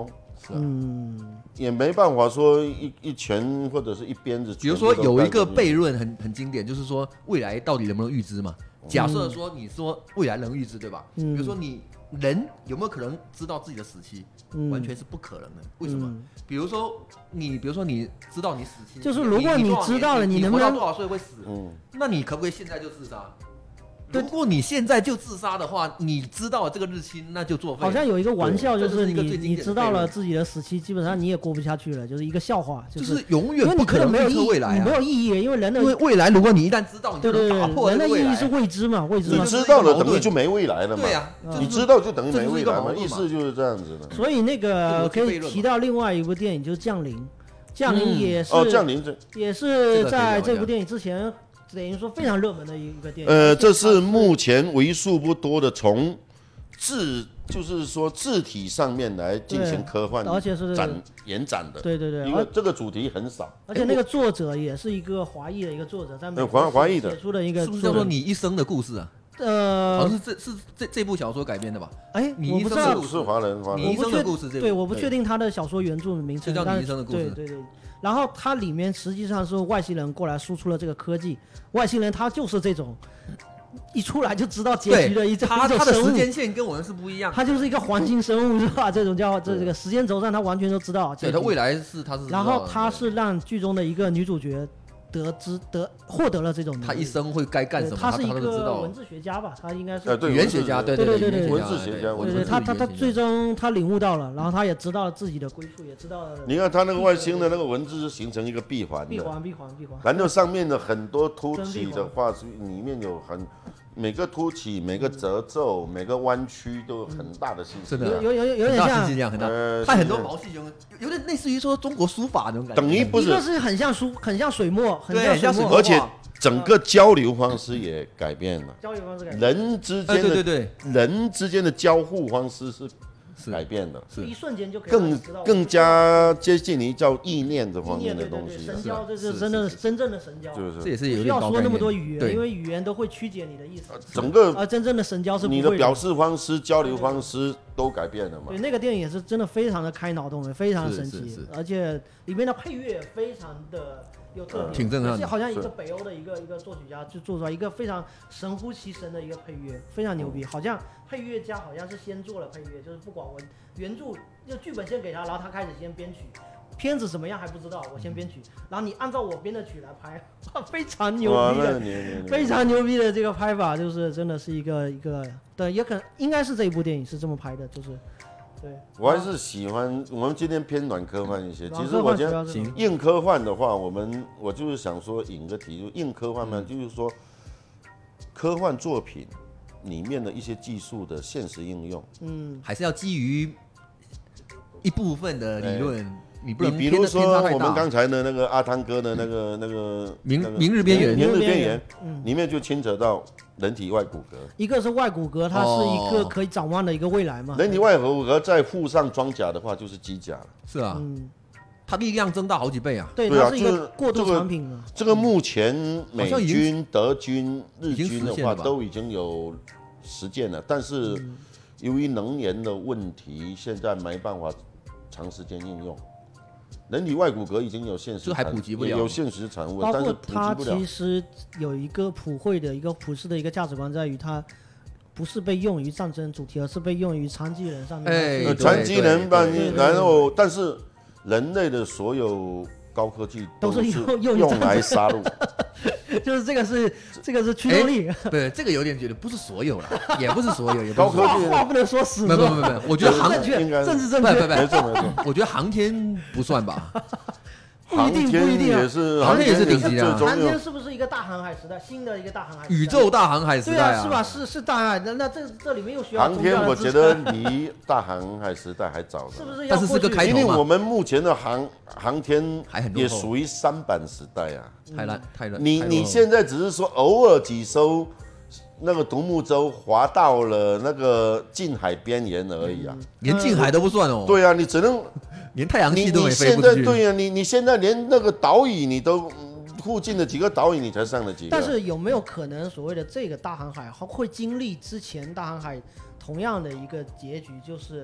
是啊， 也没办法说一拳或者是一鞭子。 比如说有一个悖论很经典，就是说未来到底能不能预知嘛？假设说你说未来能预知，对吧？比如说你人有没有可能知道自己的死期？完全是不可能的。为什么？比如说你知道你死期， 就是如果你知道了， 你能不能活到多少岁会死？那你可不可以现在就自杀？如果你现在就自杀的话，你知道了这个日期，那就作废。 好像有一个玩笑，就是你知道了自己的死期，基本上你也过不下去了，就是一个笑话， 就是永远不可能预测未来啊， 你没有意义，因为人的未来，如果你一旦知道，你就能打破人的意义是未知嘛，未知嘛。 你知道了等于就没未来了嘛？ 对呀， 你知道就等于没未来嘛，意思就是这样子的。 所以那个可以提到另外一部电影，就是《降临》，降临也是降临也是在这部电影之前。等于说非常热门的一个电影。 这是目前为数不多的从就是说字体上面来进行科幻， 而且是延展的。 对， 因为这个主题很少。 而且那个作者也是一个华裔的一个作者，在美国华裔的写出的一个， 是不是叫做《你一生的故事》啊？好像是这部小说改编的吧？ 哎， 你一生的故事是华人， 你一生的故事， 对，我不确定他的小说原著名称， 就叫《你一生的故事》。 对。然后它里面实际上是外星人过来输出了这个科技，外星人他就是这种一出来就知道结局的一种生物， 他的时间线跟我们是不一样， 他就是一个环形生物是吧？这种叫这个时间轴上他完全都知道。 对，他未来是他是。 然后他是让剧中的一个女主角获得了这种能力， 他一生会该干什么， 他是一个文字学家吧，他应该是语言学家，对， 文字学家， 对，他最终他领悟到了，然后他也知道了自己的归宿，也知道了。 你看他那个外星的那个文字是形成一个闭环，然后上面的很多凸起的话，里面有每个凸起、每个褶皱、每个弯曲都有很大的信息， 真的有点像信息量很大，它很多毛细孔，有点类似于说中国书法那种感觉。 等于不是， 一个是很像水墨，很像水墨， 而且整个交流方式也改变了， 交流方式改变， 人之间的人之间的交互方式是改变的， 是一瞬间就可以更加接近于叫意念这方面的东西。 神交这是真正的神交， 这也是有点不需要说那么多语言，因为语言都会曲解你的意思。 整个真正的神交是你的表示方式、交流方式都改变了嘛？ 对，那个电影也是真的非常的开脑洞，非常的神奇，而且里面的配乐非常的。有特点， 挺震撼的， 好像一个北欧的一个作曲家就做出来一个非常神乎其神的一个配乐，非常牛逼。好像配乐家好像是先做了配乐，就是不管原著就剧本先给他，然后他开始先编曲，片子怎么样还不知道，我先编曲，然后你按照我编的曲来拍，非常牛逼的，非常牛逼的这个拍法，就是真的是一个对，也可能应该是这一部电影是这么拍的，就是。对， 我还是喜欢我们今天偏软科幻一些。其实我觉得硬科幻的话，我就是想说引个题，就硬科幻嘛，就是说科幻作品里面的一些技术的现实应用， 还是要基于一部分的理论。你比如说我们刚才的那个阿汤哥的那个明日边缘， 里面就牵扯到人体外骨骼。 一个是外骨骼，它是一个可以展望的一个未来嘛。 人体外骨骼再附上装甲的话，就是机甲了。 是啊，它力量增大好几倍啊。 对，它是一个过渡产品了。 这个目前美军、德军、日军的话都已经有实践了，但是由于能源的问题，现在没办法长时间应用。人体外骨骼已经有现实， 就还普及不了， 有现实产物， 但是它其实有一个普世的一个价值观，在于它不是被用于战争主题，而是被用于残疾人上面。 残疾人然后但是人类的所有高科技都是用来杀戮。 就是这个是驱动力， 对，这个有点觉得不是所有了，也不是所有， 高科技话不能说死。 没，我觉得政治正确， 没错， 我觉得航天不算吧。 不一定也是， 航天也是顶级的。 航天是不是一个大航海时代，新的一个大航海时代？ 宇宙大航海时代啊，是吧？是大航海。那这里面又需要航天，我觉得离大航海时代还早的。 是不是？ 但是个开头嘛。 因为我们目前的航天也属于舢板时代啊。 太烂。 你现在只是说偶尔几艘那个独木舟滑到了那个近海边缘而已啊， 连近海都不算哦。 对啊，你只能。 连太阳系都没飞过去。 对呀，你现在连那个岛屿你都附近的几个岛屿你才上了几个。 但是有没有可能所谓的这个大航海会经历之前大航海同样的一个结局，就是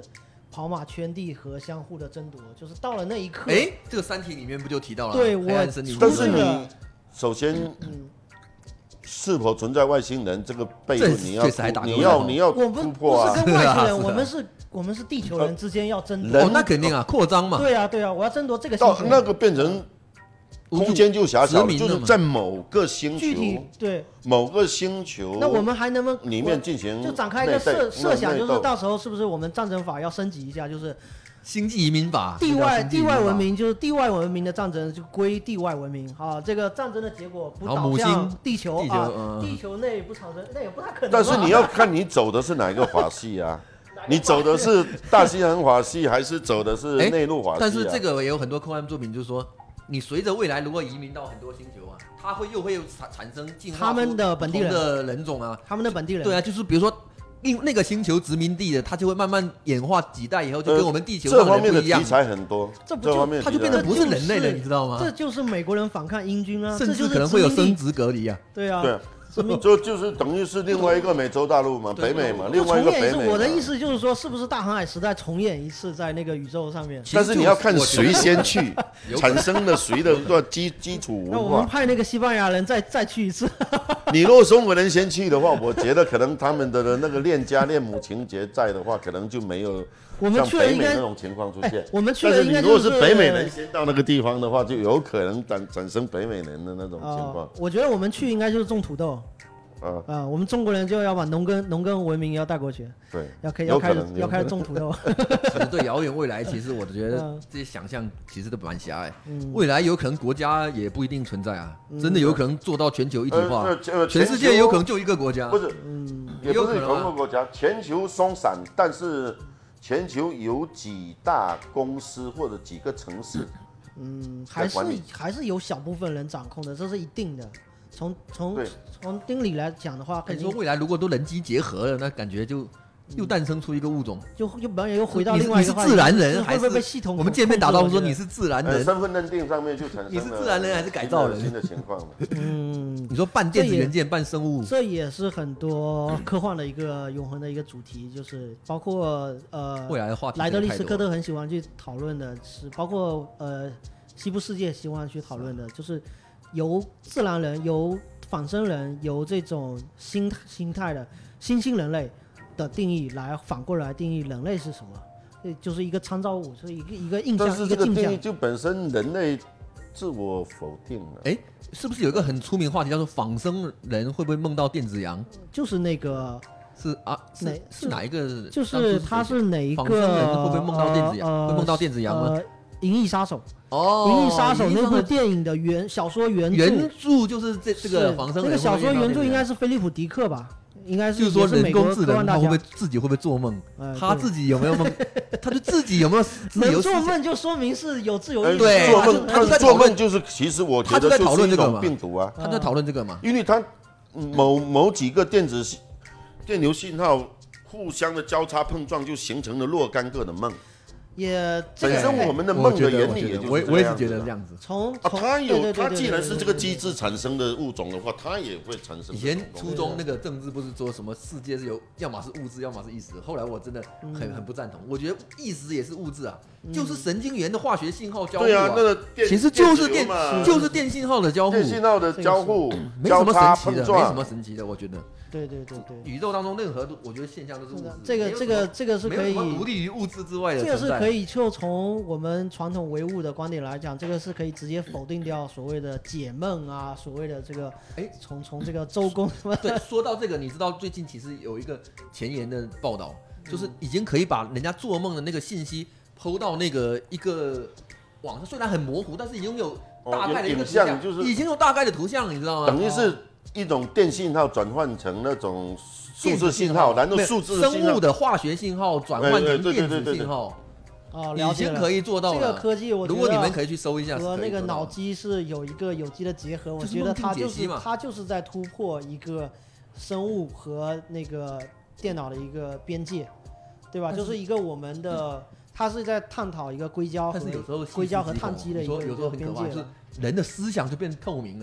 跑马圈地和相互的争夺，就是到了那一刻。 这个三体里面不就提到了？ 对， 但是你首先，是否存在外星人这个悖论，你要突破啊！ 我们不是跟外星人，我们是地球人之间要争夺。 那肯定啊，扩张嘛。 对啊，我要争夺这个星球。 那个变成空间就狭小了，就是在某个星球， 具体对某个星球。 那我们还能不能里面进行就展开一个设想，就是到时候是不是我们战争法要升级一下，就是星际移民法， 地外文明就是地外文明的战争就归地外文明啊，这个战争的结果不导向地球啊，地球内不产生，那也不太可能。 但是你要看你走的是哪一个法系啊？你走的是大西洋法系，还是走的是内陆法系？ 但是这个也有很多科幻作品，就是说，你随着未来如果移民到很多星球啊，它又会产生进化他们的本地人的人种啊， 他们的本地人。 对啊，就是比如说。那个星球殖民地的，它就会慢慢演化几代以后，就跟我们地球这方面的题材很多， 它就变成不是人类了，你知道吗？ 这就是美国人反抗英军啊， 甚至可能会有生殖隔离啊。 对啊， 就是等于是另外一个美洲大陆嘛，北美嘛，另外一个北美。 我的意思就是说，是不是大航海时代重演一次在那个宇宙上面？ 但是你要看谁先去，产生了谁的基础文化。 那我们派那个西班牙人再去一次。 你如果中国人先去的话，我觉得可能他们的那个恋家恋母情节在的话，可能就没有像北美那种情况出现。 我们去了应该但是你如果是北美人先到那个地方的话，就有可能产生北美人的那种情况。 我觉得我们去应该就是种土豆。我们中国人就要把农耕文明要带过去， 对， 要开始种土豆。 其实对遥远未来，其实我觉得这些想象其实都蛮狭隘。未来有可能国家也不一定存在啊，真的有可能做到全球一体化，全世界有可能就一个国家。 不是，也不是同一个国家，全球松散，但是全球有几大公司或者几个城市， 还是有小部分人掌控的，这是一定的。从定理来讲的话， 你说未来如果都人机结合了，那感觉就又诞生出一个物种， 又回到另外一个话题。 你是自然人还是被系统？ 我们见面打招呼说你是自然人， 身份认定上面就产生了你是自然人还是改造人新的情况。 你说半电子元件半生物， 这也是很多科幻的一个永恒的一个主题，就是包括未来的话题。 莱德利·斯科特很喜欢去讨论的是，包括西部世界喜欢去讨论的，就是由自然人、由仿生人、由这种心态的新兴人类的定义来反过来定义人类是什么，就是一个参照物，是一个印象， 但是这个一个镜像。 定义就本身人类自我否定了。 是不是有一个很出名的话题叫做仿生人会不会梦到电子羊？ 就是那个是哪一个？ 就是他是哪一个？ 仿生人会不会梦到电子羊？会梦到电子羊吗？ 银翼杀手。 银翼杀手那部电影的小说原著就是这个仿生人。 那个小说原著应该是菲利普·迪克吧？应该是。 就是说人工智能他会不会自己会不会做梦？他自己有没有梦？他就自己有没有自由？ 能做梦就说明是有自由意志。 对，做梦就是其实我觉得就是一种病毒啊。 他在讨论这个嘛？ 因为他某几个电流信号互相的交叉碰撞，就形成了若干个的梦。本身我们的梦的原理也就是我也是觉得这样子。 它既然是这个机制产生的物种的话，它也会产生。 以前初中那个政治不是说什么世界是有要么是物质，要么是意识。后来我真的很不赞同，我觉得意识也是物质啊，就是神经元的化学信号交互。 对啊，那个其实就是电信号的交互。 电信号的交互， 没什么神奇的，没什么神奇的，我觉得。 对， 宇宙当中任何我觉得现象都是物质。 这个是可以独立于物质之外的。 这个是可以就从我们传统唯物的观点来讲，这个是可以直接否定掉所谓的解梦啊，所谓的这个从这个周公。 对，说到这个，你知道最近其实有一个前沿的报道，就是已经可以把人家做梦的那个信息抛到那个一个网上，虽然很模糊，但是已经有大概的一个图像，已经有大概的图像，你知道吗？ 等于是一种电信号转换成那种数字信号，然后数字生物的化学信号转换成电子信号。已经可以做到了。 这个科技，我觉得如果你们可以去搜一下， 和那个脑机是有一个有机的结合，我觉得它就是在突破一个生物和那个电脑的一个边界，对吧？就是一个我们的，它是在探讨一个硅胶和碳基的一个边界。 有时候很可怕，就是人的思想就变透明了。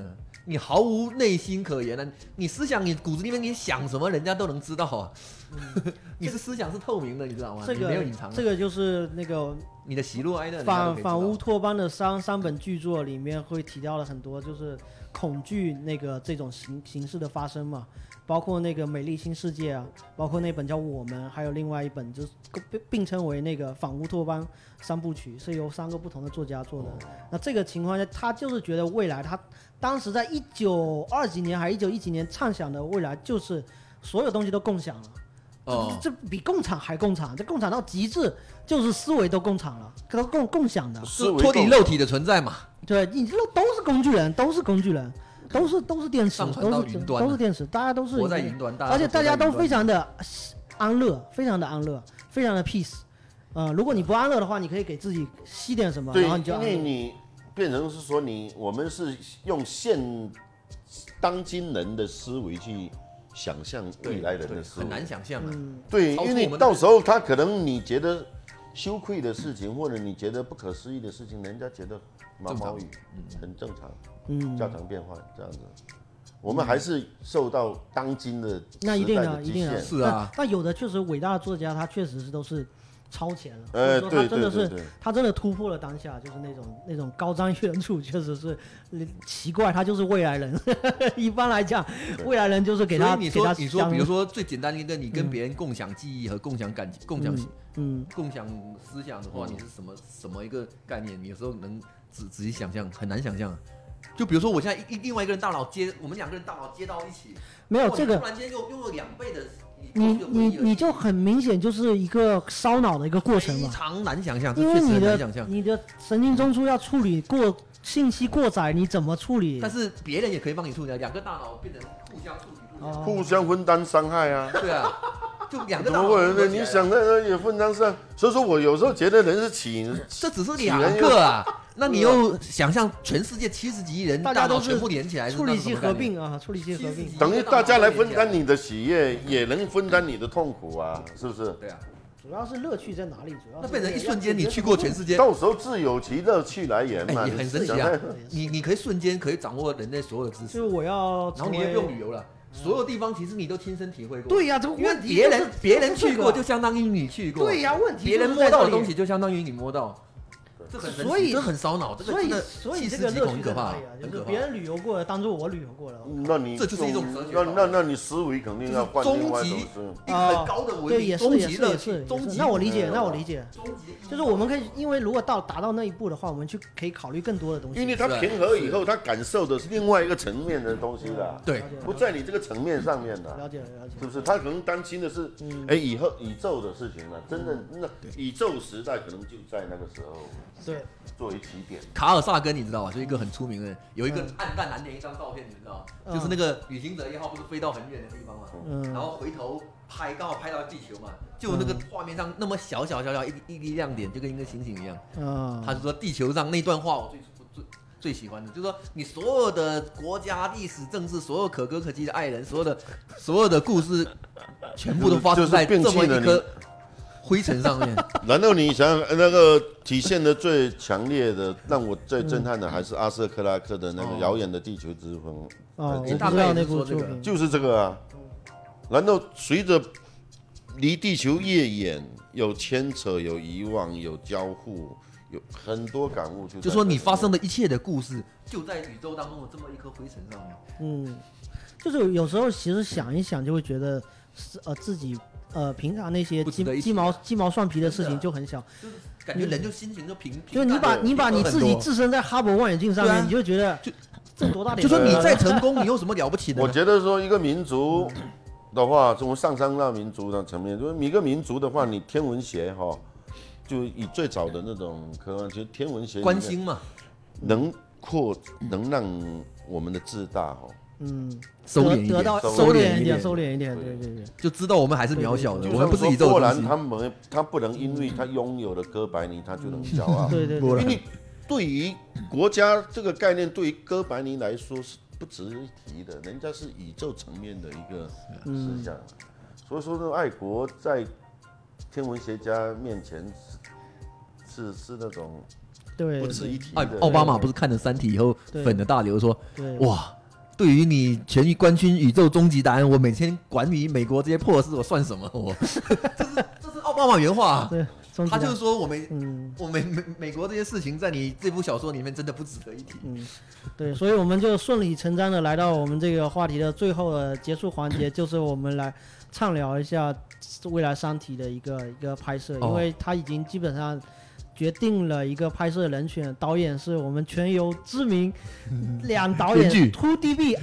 你毫无内心可言啊！你思想，你骨子里面你想什么，人家都能知道啊。你是思想是透明的，你知道吗？你没有隐藏。 这个就是那个你的喜怒哀乐。 反乌托邦的三本巨作里面会提到了很多，就是恐惧那个这种形式的发生嘛，包括那个《美丽新世界》啊，包括那本叫《我们》，还有另外一本就是并称为那个反乌托邦3部曲，是由3个不同的作家做的。那这个情况下，他就是觉得未来，他当时在1920几年还是1910几年畅想的未来，就是所有东西都共享了。这比共产还共产，这共产到极致，就是思维都共产了，都共享的， 脱离肉体的存在嘛。 对，你都是工具人，都是电池，都是电池，大家都是活在云端， 而且大家都非常的安乐，非常的安乐，非常的 peace。如果你不安乐的话，你可以给自己吸点什么，然后你就因为你变成是说我们是用当今人的思维去想象未来人的思维， 很难想象啊。 对，因为到时候他可能你觉得羞愧的事情，或者你觉得不可思议的事情，人家觉得毛毛雨，很正常，家常便饭这样子。我们还是受到当今的那一定的，一定的是啊。 那有的确实伟大的作家，他确实是都是超前了，说他真的是他真的突破了当下，就是那种高瞻远瞩，确实是奇怪，他就是未来人。一般来讲，未来人就是给他。 你说，比如说最简单的一个，你跟别人共享记忆和共享感情、共享思想的话，你是什么一个概念？你有时候能仔细想象，很难想象。就比如说，我现在另外一个人大脑我们2个人大脑接到一起， 没有这个， 突然间又了2倍的。 你就很明显就是一个烧脑的一个过程嘛， 非常难想象， 因为你的神经中枢要处理信息过载，你怎么处理？ 但是别人也可以帮你处理，2个大脑变成互相处理， 互相分担伤害啊。 对啊，就2个大脑。你想那也分担伤，所以说我有时候觉得人是这只是2个啊。那你又想象全世界70几亿人大脑全部连起来， 处理器合并啊，处理器合并， 等于大家来分担你的喜悦，也能分担你的痛苦啊，是不是？ 对啊， 主要是乐趣在哪里？主要那变成一瞬间你去过全世界， 到时候自有其乐趣来源嘛， 也很神奇啊！你可以瞬间可以掌握人类所有的知识， 就是我要， 然后你也不用旅游了。所有地方其实你都亲身体会过。 对呀，这个问题别人去过就相当于你去过。 对呀，问题别人摸到的东西就相当于你摸到。 所以这很烧脑， 所以这个乐趣可怕， 就是别人旅游过的，当做我旅游过了。 那你这就是一种哲学。 那你思维肯定要换另外一种思维。 很高的文明， 终极乐趣。 那我理解，就是我们可以，因为如果达到那一步的话，我们就可以考虑更多的东西。 因为他平和以后，他感受的是另外一个层面的东西啦。 对， 不在你这个层面上面的。 了解。 是不是？他可能担心的是，以后宇宙的事情了。真的，那宇宙时代可能就在那个时候。 对。 作为起点， 卡尔萨根你知道吧？就一个很出名的，有一个暗淡蓝点一张照片，你知道吗？就是那个旅行者1号不是飞到很远的地方嘛，然后回头拍，刚好拍到地球嘛，就那个画面上那么小一粒亮点，就跟一个星星一样。他就说地球上那段话我最喜欢的，就是说你所有的国家历史政治，所有可歌可泣的爱人，所有的故事，全部都发生在这么一颗灰尘上面。 然后你想那个体现的最强烈的，让我最震撼的还是阿瑟克拉克的那个遥远的地球之风。 大概那部作品就是这个啊。然后随着离地球越远，有牵扯，有遗忘，有交互，有很多感悟。 就说你发生的一切的故事，就在宇宙当中的这么一颗灰尘上面。 就是有时候其实想一想，就会觉得自己。平常那些鸡毛蒜皮的事情就很小， 感觉人就心情就平。 就是你把你自己置身在哈勃望远镜上面，你就觉得这多大点。 就说你再成功，你有什么了不起的？ 我觉得说一个民族的话，从上升到民族的层面，就是每个民族的话，你天文学哈，就以最早的那种科幻，其实天文学关心嘛， 能让我们的自大哈。 收敛一点， 收敛一点，对， 就知道我们还是渺小的，我们不是宇宙的东西。他不能因为他拥有了哥白尼，他就能骄傲。 对， 因为对于国家这个概念，对于哥白尼来说是不值一提的，人家是宇宙层面的一个思想。所以说呢，爱国在天文学家面前是那种不值一提的。 奥巴马不是看了《三体》以后粉的大流说，哇。 对于你全官军宇宙终极答案，我每天管理美国这些破事，我算什么？这是奥巴马原话、啊。 对， 他就是说我美国这些事情，在你这部小说里面真的不值得一提。 对，所以我们就顺理成章的来到我们这个话题的最后的结束环节，就是我们来畅聊一下未来三体的一个拍摄，因为它已经基本上决定了一个拍摄人选，导演是我们全游知名2导演 2DB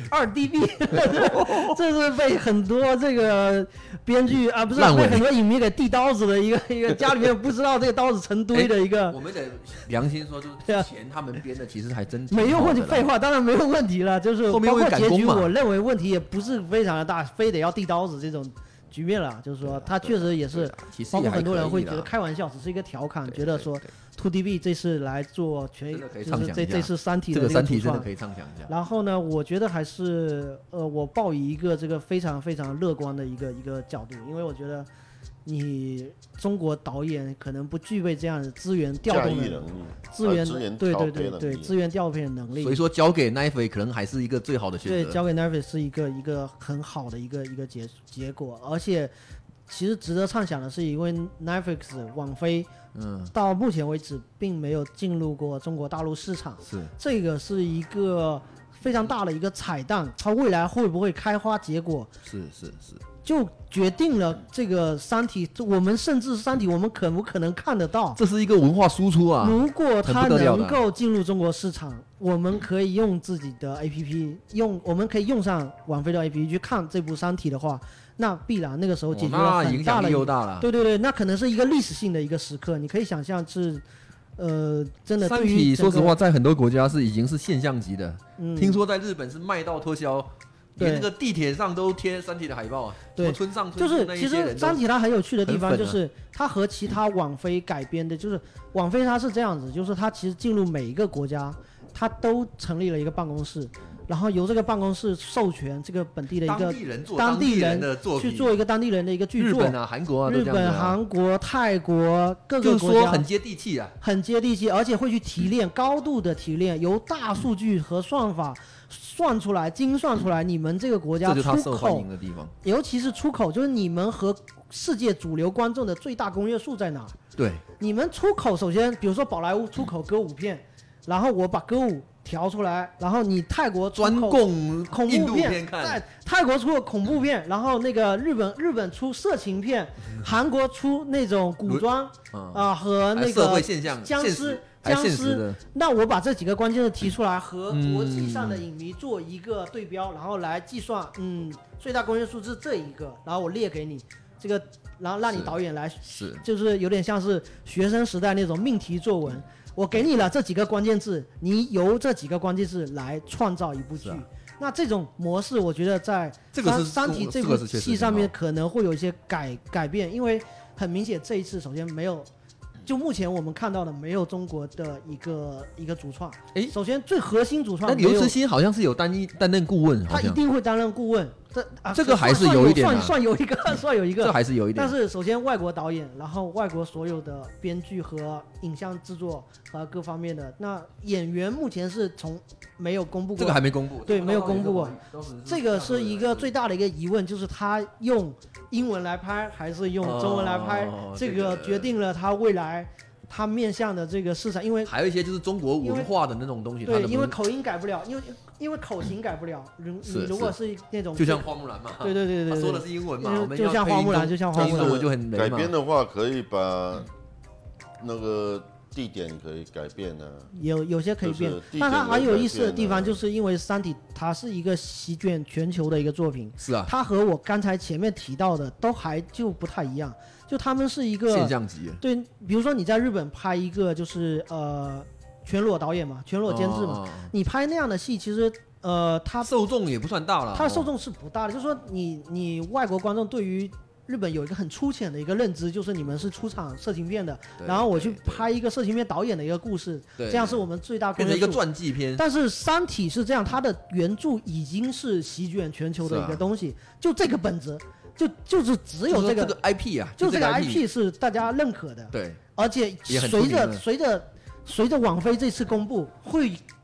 2DB 这是被很多这个编剧啊，不是被很多影迷给递刀子的一个家里面不知道这个刀子成堆的一个。 我们得良心说，就是之前他们编的其实还真没有问题，废话当然没有问题了，就是包括结局，我认为问题也不是非常的大，非得要递刀子这种局面了，就是说他确实也是，包括很多人会觉得开玩笑，只是一个调侃，觉得说 2DB 这次来做就是这次三体的这个三体真的可以畅想一下。 然后呢，我觉得还是我抱以一个这个非常非常乐观的一个角度，因为我觉得你中国导演可能不具备这样的资源调动的能力，资源对资源调配的能力， 所以说交给 Netflix 可能还是一个最好的选择。 对，交给 Netflix 是一个很好的一个结果，而且其实值得畅想的是，因为 Netflix 网飞到目前为止并没有进入过中国大陆市场，这个是一个非常大的一个彩蛋，它未来会不会开花结果？是。就决定了这个三体，我们甚至三体我们可不可能看得到？ 这是一个文化输出啊！ 如果它能够进入中国市场，我们可以用自己的 APP， 我们可以用上网飞的 APP 去看这部三体的话，那必然那个时候解决了很大的又大了。 对，那可能是一个历史性的一个时刻，你可以想象是。真的三体说实话在很多国家已经是现象级的，听说在日本是卖到脱销，连那个地铁上都贴三体的海报啊。 对， 村上就是其实三体它很有趣的地方就是它和其他网飞改编的，就是网飞它是这样子，就是它其实进入每一个国家它都成立了一个办公室，然后由这个办公室授权这个本地的一个当地人去做一个当地人的一个剧作。 日本啊、韩国啊， 日本、韩国、泰国各个国家， 就说很接地气啊， 很接地气，而且会去提炼，高度的提炼，由大数据和算法算出来、精算出来，你们这个国家出口， 这就是它受欢迎的地方。 尤其是出口，就是你们和世界主流观众的最大公约数在哪？ 对， 你们出口首先，比如说宝莱坞出口歌舞片。然后我把歌舞调出来，然后你泰国专供恐怖片，在泰国出恐怖片，然后那个日本出色情片，韩国出那种古装和那个社会现象僵尸，那我把这几个关键字提出来，和国际上的影迷做一个对标，然后来计算，最大公约数是这一个，然后我列给你这个，然后让你导演来，就是有点像是学生时代那种命题作文。我给你了这几个关键字，你由这几个关键字来创造一部剧。那这种模式，我觉得在三体这部戏上面可能会有一些改变，因为很明显这一次首先没有，就目前我们看到的没有中国的一个主创。首先最核心主创， 那刘慈欣好像是有担任顾问， 他一定会担任顾问。 这个还是有一点算有一个， 这还是有一点。 但是首先外国导演，然后外国所有的编剧和影像制作和各方面的，那演员目前是没有公布过， 这个还没公布， 对，没有公布过。这个是一个最大的一个疑问，就是他用英文来拍还是用中文来拍，这个决定了他未来他面向的这个市场，因为还有一些就是中国文化的那种东西， 对，因为口音改不了，因为口型改不了，你如果是那种， 就像花木兰嘛， 对， 他说的是英文嘛， 就像花木兰， 我就很改编的话，可以把那个地点可以改变啊， 有些可以变，但它很有意思的地方，就是因为《三体》它是一个席卷全球的一个作品， 是啊， 它和我刚才前面提到的都还就不太一样，就他们是一个现象级， 对，比如说你在日本拍一个就是全裸导演嘛，全裸监制嘛，你拍那样的戏，其实它受众也不算大了， 它的受众是不大的，就是说你外国观众对于日本有一个很粗浅的一个认知，就是你们是出场色情片的，然后我去拍一个色情片导演的一个故事，这样是我们最大公约数， 变成一个传记片。 但是《三体》是这样，它的原著已经是席卷全球的一个东西，就这个本质，就是只有这个 IP 啊， 就这个 IP 是大家认可的， 对， 而且随着网飞这次公布，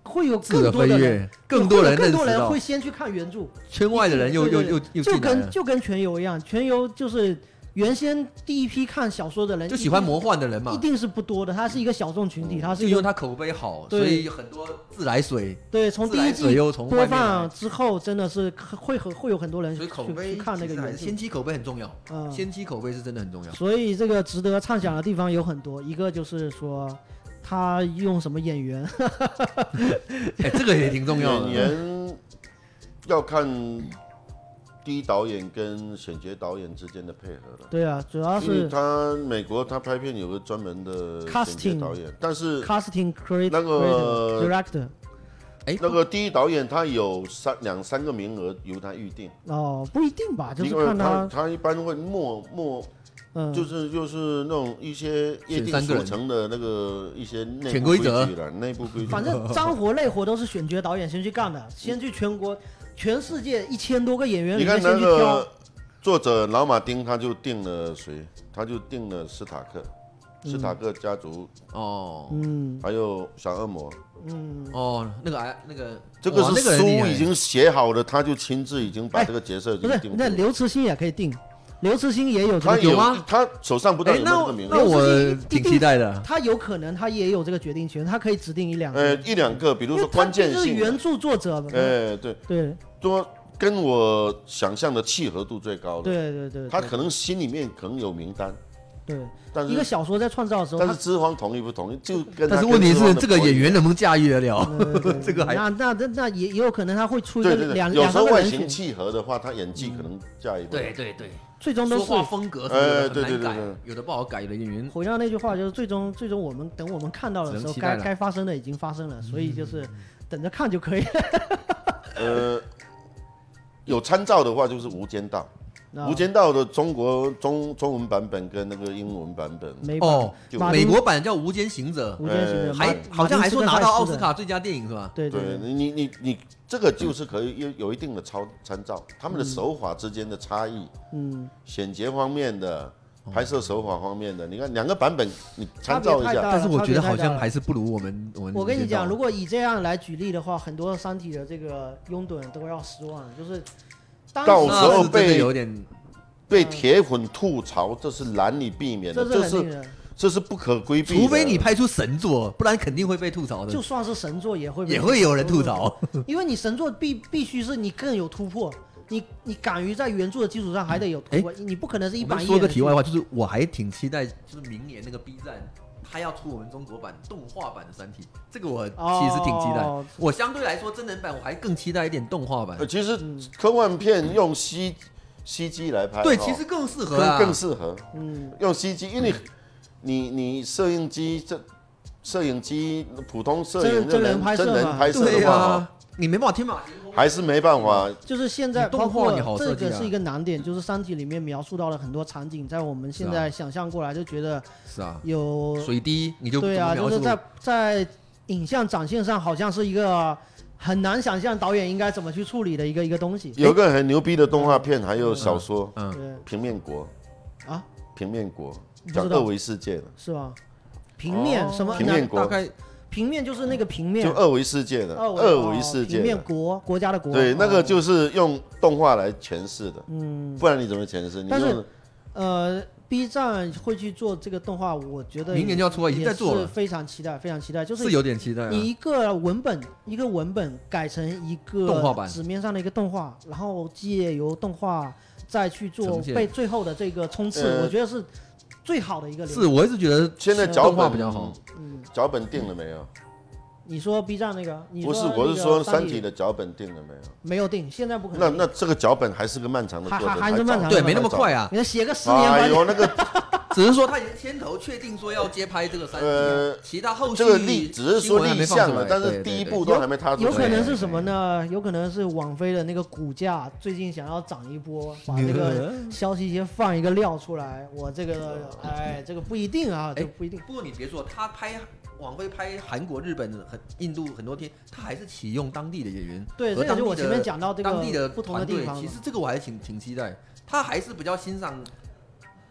会有质的更多的飞跃人， 更多人更多人认识到会先去看原著， 圈外的人又对就进来了就跟全游一样，全游就是原先第一批看小说的人就喜欢魔幻的人嘛， 一定是不多的，它是一个小众群体，它是就因为它口碑好，所以很多自来水。 对，从第一季播放之后，真的是会有很多人去看那个原著。 先期口碑很重要，先期口碑是真的很重要。 所以这个值得畅想的地方有很多，一个就是说他用什么演员， 这个也挺重要的。 演员要看第一导演跟选角导演之间的配合了。 对啊，主要是因为他美国他拍片有个专门的选角导演，但是 casting creator 那个 director， 那个第一导演他有两三个名额由他预定。 哦，不一定吧，就是看他一般会就是那种一些约定俗成的那个一些内部规矩了，内部规矩。 反正脏活累活都是选角导演先去干的，先去全世界1000多个演员里面先去挑。 你看那个作者老马丁他就定了谁？他就定了史塔克家族还有小恶魔。 那个这个是书已经写好了，他就亲自已经把这个角色已经定。 那刘慈欣也可以定。刘慈欣也有这个有吗？他手上不知道有没有这个名额。 那我挺期待的。 他有可能他也有这个决定权，他可以指定一两个， 比如说关键性。 就是原著作者。对， 多跟我想象的契合度最高的。 对。 他可能心里面可能有名单。 对，但是一个小说在创造的时候， 但是资方同意不同意，就跟但是问题是这个演员能不能驾驭得了？这个还那也有可能他会出一个两有时候外形契合的话，他演技可能驾驭不了。 对。 最终都是说话风格很难改， 对， 有的不好改的演员。 回到那句话，就是最终我们等我们看到的时候，该发生的已经发生了，所以就是等着看就可以了。 有参照的话就是《无间道》。《无间道》的中文版本跟那个英文版本美国版叫《无间行者》，好像还说拿到奥斯卡最佳电影是吧？ 对， 你这个就是可以有一定的参照，他们的手法之间的差异，选角方面的、拍摄手法方面的，你看两个版本你参照一下， 但是我觉得好像还是不如我们。 我跟你讲，如果以这样来举例的话，很多三体的这个拥趸都要失望，就是。 到时候被铁粉吐槽，这是难以避免的，这是不可规避的。 除非你拍出神作，不然肯定会被吐槽的。 就算是神作，也会有人吐槽， 因为你神作必须是你更有突破，你敢于在原著的基础上还得有突破，你不可能是100亿。 说个题外话，就是我还挺期待，就是明年那个 B 站。他要出我们中国版动画版的《三体》，这个我其实挺期待。我相对来说真人版我还更期待一点动画版。 其实科幻片用 CG 来拍， 对，其实更适合更适合。用 CG， 因为你摄影机普通摄影真人拍摄的话， 你没办法天马行空， 还是没办法。 就是现在包括这个是一个难点，就是《三体》里面描述到了很多场景，在我们现在想象过来就觉得是啊， 有水滴，你就对啊，就是在影像展现上好像是一个很难想象导演应该怎么去处理的一个东西。 有个很牛逼的动画片，还有小说，平面国啊，平面国讲二维世界的， 是吧？平面什么？ 平面国大概。平面就是那个平面， 就二维世界的，二维世界平面国家的国， 对，那个就是用动画来诠释的，不然你怎么诠释？ 但是B 站会去做这个动画，我觉得明年就要出来，已经在做了， 非常期待，非常期待， 就是有点期待。 你一个文本改成一个动画版， 纸面上的一个动画，然后借由动画再去做最后的这个冲刺，我觉得是。最好的一个是，我一直觉得现在脚本比较好。 脚本定了没有？ 你说 B 站那个？ 不是，我是说《三体》的脚本定了没有？ 没有定，现在不可能。 那这个脚本还是个漫长的过程， 还是漫长， 对，没那么快啊。 你要写个10年。 哎呦，那个只是说他已经牵头确定说要接拍这个三体，其他后续这个只是说立项了，但是第一步都还没踏出。 有可能是什么呢？有可能是网飞的那个股价最近想要涨一波，把这个消息先放一个料出来。我这个，这个不一定啊，这不一定。 不过你别说，他网飞拍韩国、日本、印度很多天，他还是启用当地的演员。 对，这个就我前面讲到这个当地的不同的地方。 其实这个我还挺期待，他还是比较欣赏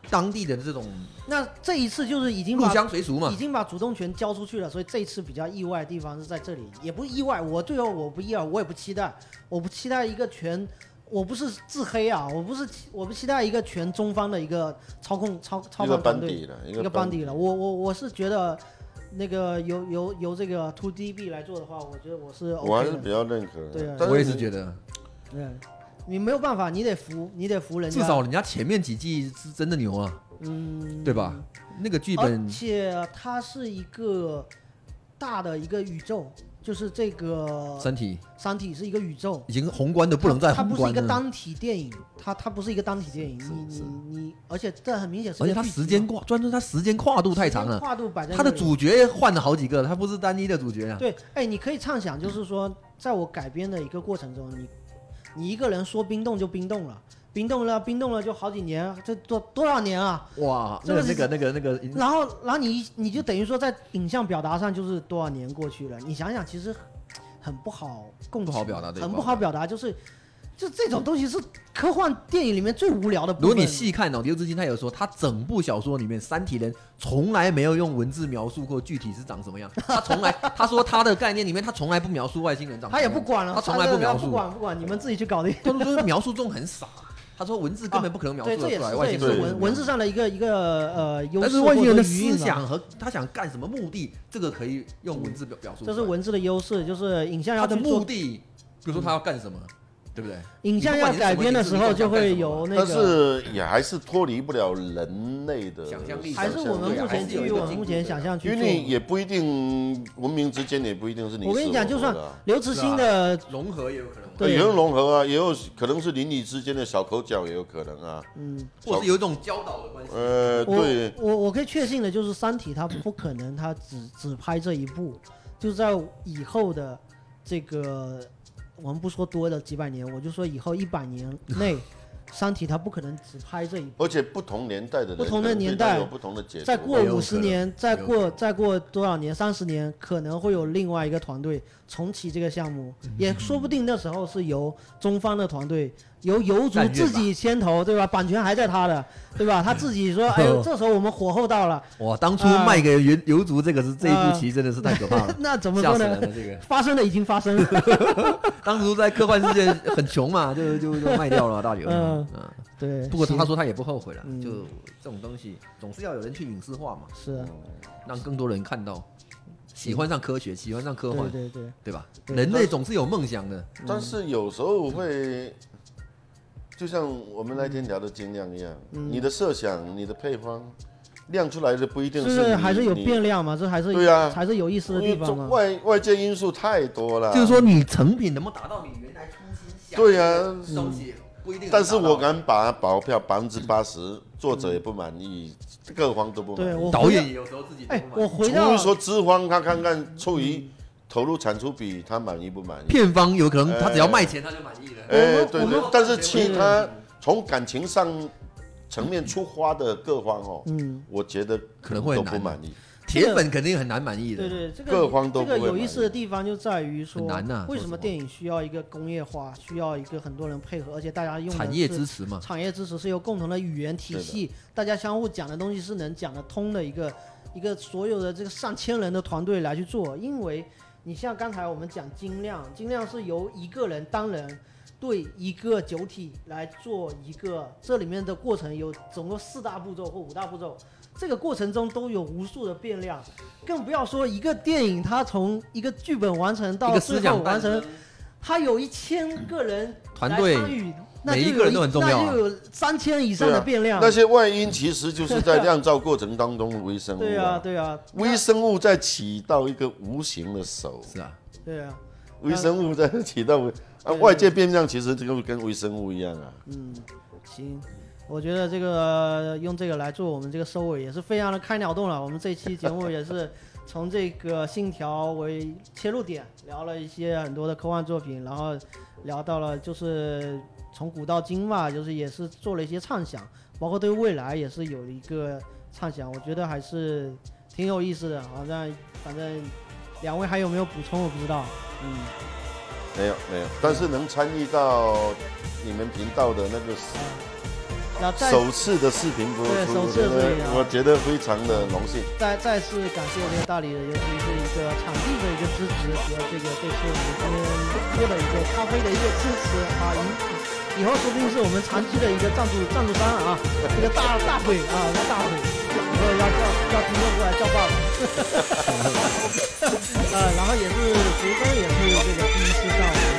当地的这种， 那这一次就是已经入乡随俗嘛， 已经把主动权交出去了，所以这一次比较意外的地方是在这里，也不意外。我最后我不意外，我也不期待一个全，我不是自黑啊，我不期待一个全中方的一个操盘团队，一个班底了。我是觉得那个由这个 2DB 来做的话，我觉得我是 OK 的， 我还是比较认可的。 对啊， 我也是觉得， 对。你没有办法，你得服人家。 至少人家前面几季是真的牛啊，对吧？那个剧本， 而且它是一个大的一个宇宙，就是这个三体是一个宇宙， 已经宏观的不能再宏观了。 它不是一个单体电影，它不是一个单体电影。你，而且这很明显是。 而且它时间跨度太长了， 跨度摆在。 它的主角换了好几个，它不是单一的主角啊。 对，你可以畅想，就是说，在我改编的一个过程中，你一个人说冰冻就冰冻了，冰冻了就好几年，这多少年啊？ 哇，那个， 然后你就等于说在影像表达上就是多少年过去了，你想想其实很不好表达， 很不好表达，就这种东西是科幻电影里面最无聊的部分。 如果你细看刘慈欣他有说，他整部小说里面三体人从来没有用文字描述过具体是长什么样，他说他的概念里面他从来不描述外星人长什么样， 他也不管了， 他从来不描述， 不管，你们自己去搞定。 他说描述中很傻，他说文字根本不可能描述得出来外星人文字上的一个优势， 但是外星人的思想和他想干什么目的，这个可以用文字表述。 这是文字的优势，就是影像要他的目的，比如说他要干什么。对不对？ 影像要改编的时候就会有那个， 但是也还是脱离不了人类的想象力， 还是我们目前基于我们目前想象去做， 因为你也不一定文明之间也不一定是你。 我跟你讲，就算刘慈欣的融合也有可能， 对，也有融合啊，也有可能是邻里之间的小口角也有可能啊， 或是有一种教导的关系。 对， 我可以确信的就是《三体》它不可能它只拍这一部，就在以后的这个。我们不说多的几百年，我就说以后100年内，《三体》它不可能只拍这一部， 而且不同年代的人， 不同的年代有不同的解读。 再过50年，再过多少年，30年，可能会有另外一个团队重启这个项目，也说不定那时候是由中方的团队。由游族自己牵头，对吧？版权还在他的，对吧？他自己说：“哎呦，这时候我们火候到了。” 哇，当初卖给游族这个是这一步棋真的是太可怕了。 那怎么说呢？ 这个发生的已经发生了。 当初在科幻世界很穷嘛，就卖掉了大刘。 对。 不过他说他也不后悔了，就这种东西总是要有人去影视化嘛， 是， 让更多人看到。喜欢上科学，喜欢上科幻，对吧？人类总是有梦想的， 但是有时候会。就像我们那天聊的精酿一样，你的设想、你的配方亮出来的不一定是还是有变量嘛？这还是对啊， 还是有意思的地方嘛。 外界因素太多了， 就是说你成品能不能达到你原来初心想对啊东西不一定。 但是我敢保票80%，作者也不满意，各方都不满意。 导演有时候自己不我回到除非说资方他看看出于投入产出比他满意不满意？ 片方有可能他只要卖钱他就满意了。 对，但是其他从感情上层面出发的各方我觉得可能会都不满意。 铁粉肯定很难满意的。 对，这个各方都不会满意。 这个有意思的地方就在于说，为什么电影需要一个工业化，需要一个很多人配合，而且大家用的产业支持嘛？ 产业支持是有共同的语言体系，大家相互讲的东西是能讲得通的一个所有的这个上千人的团队来去做，因为。你像刚才我们讲精酿是由一个人单人对一个酒体来做一个，这里面的过程有总共4大步骤或5大步骤，这个过程中都有无数的变量，更不要说一个电影它从一个剧本完成到最后完成，它有1000个人团队参与。 每一个人都很重要， 那就有3000以上的变量。 那些外因其实就是在酿造过程当中的微生物。 对啊， 微生物在起到一个无形的手。 是啊， 对啊， 微生物在起到外界变量，其实这个跟微生物一样啊。 行，我觉得这个用这个来做我们这个收尾也是非常的开脑洞了。我们这期节目也是从这个信条为切入点，聊了一些很多的科幻作品，然后聊到了就是从古到今嘛，就是也是做了一些畅想，包括对未来也是有一个畅想，我觉得还是挺有意思的。好像反正两位还有没有补充我不知道。 没有，但是能参与到你们频道的那个然后首次的视频播出， 对，首次的视频， 我觉得非常的荣幸。 再次感谢这个大理的，尤其是一个场地的一个支持和这次我们今天约的一个咖啡的一个支持啊，以后说不定是我们长期的一个赞助商啊，这个大腿啊，大腿，以后要听众过来叫爸爸。然后也是福生也是这个第一次到我们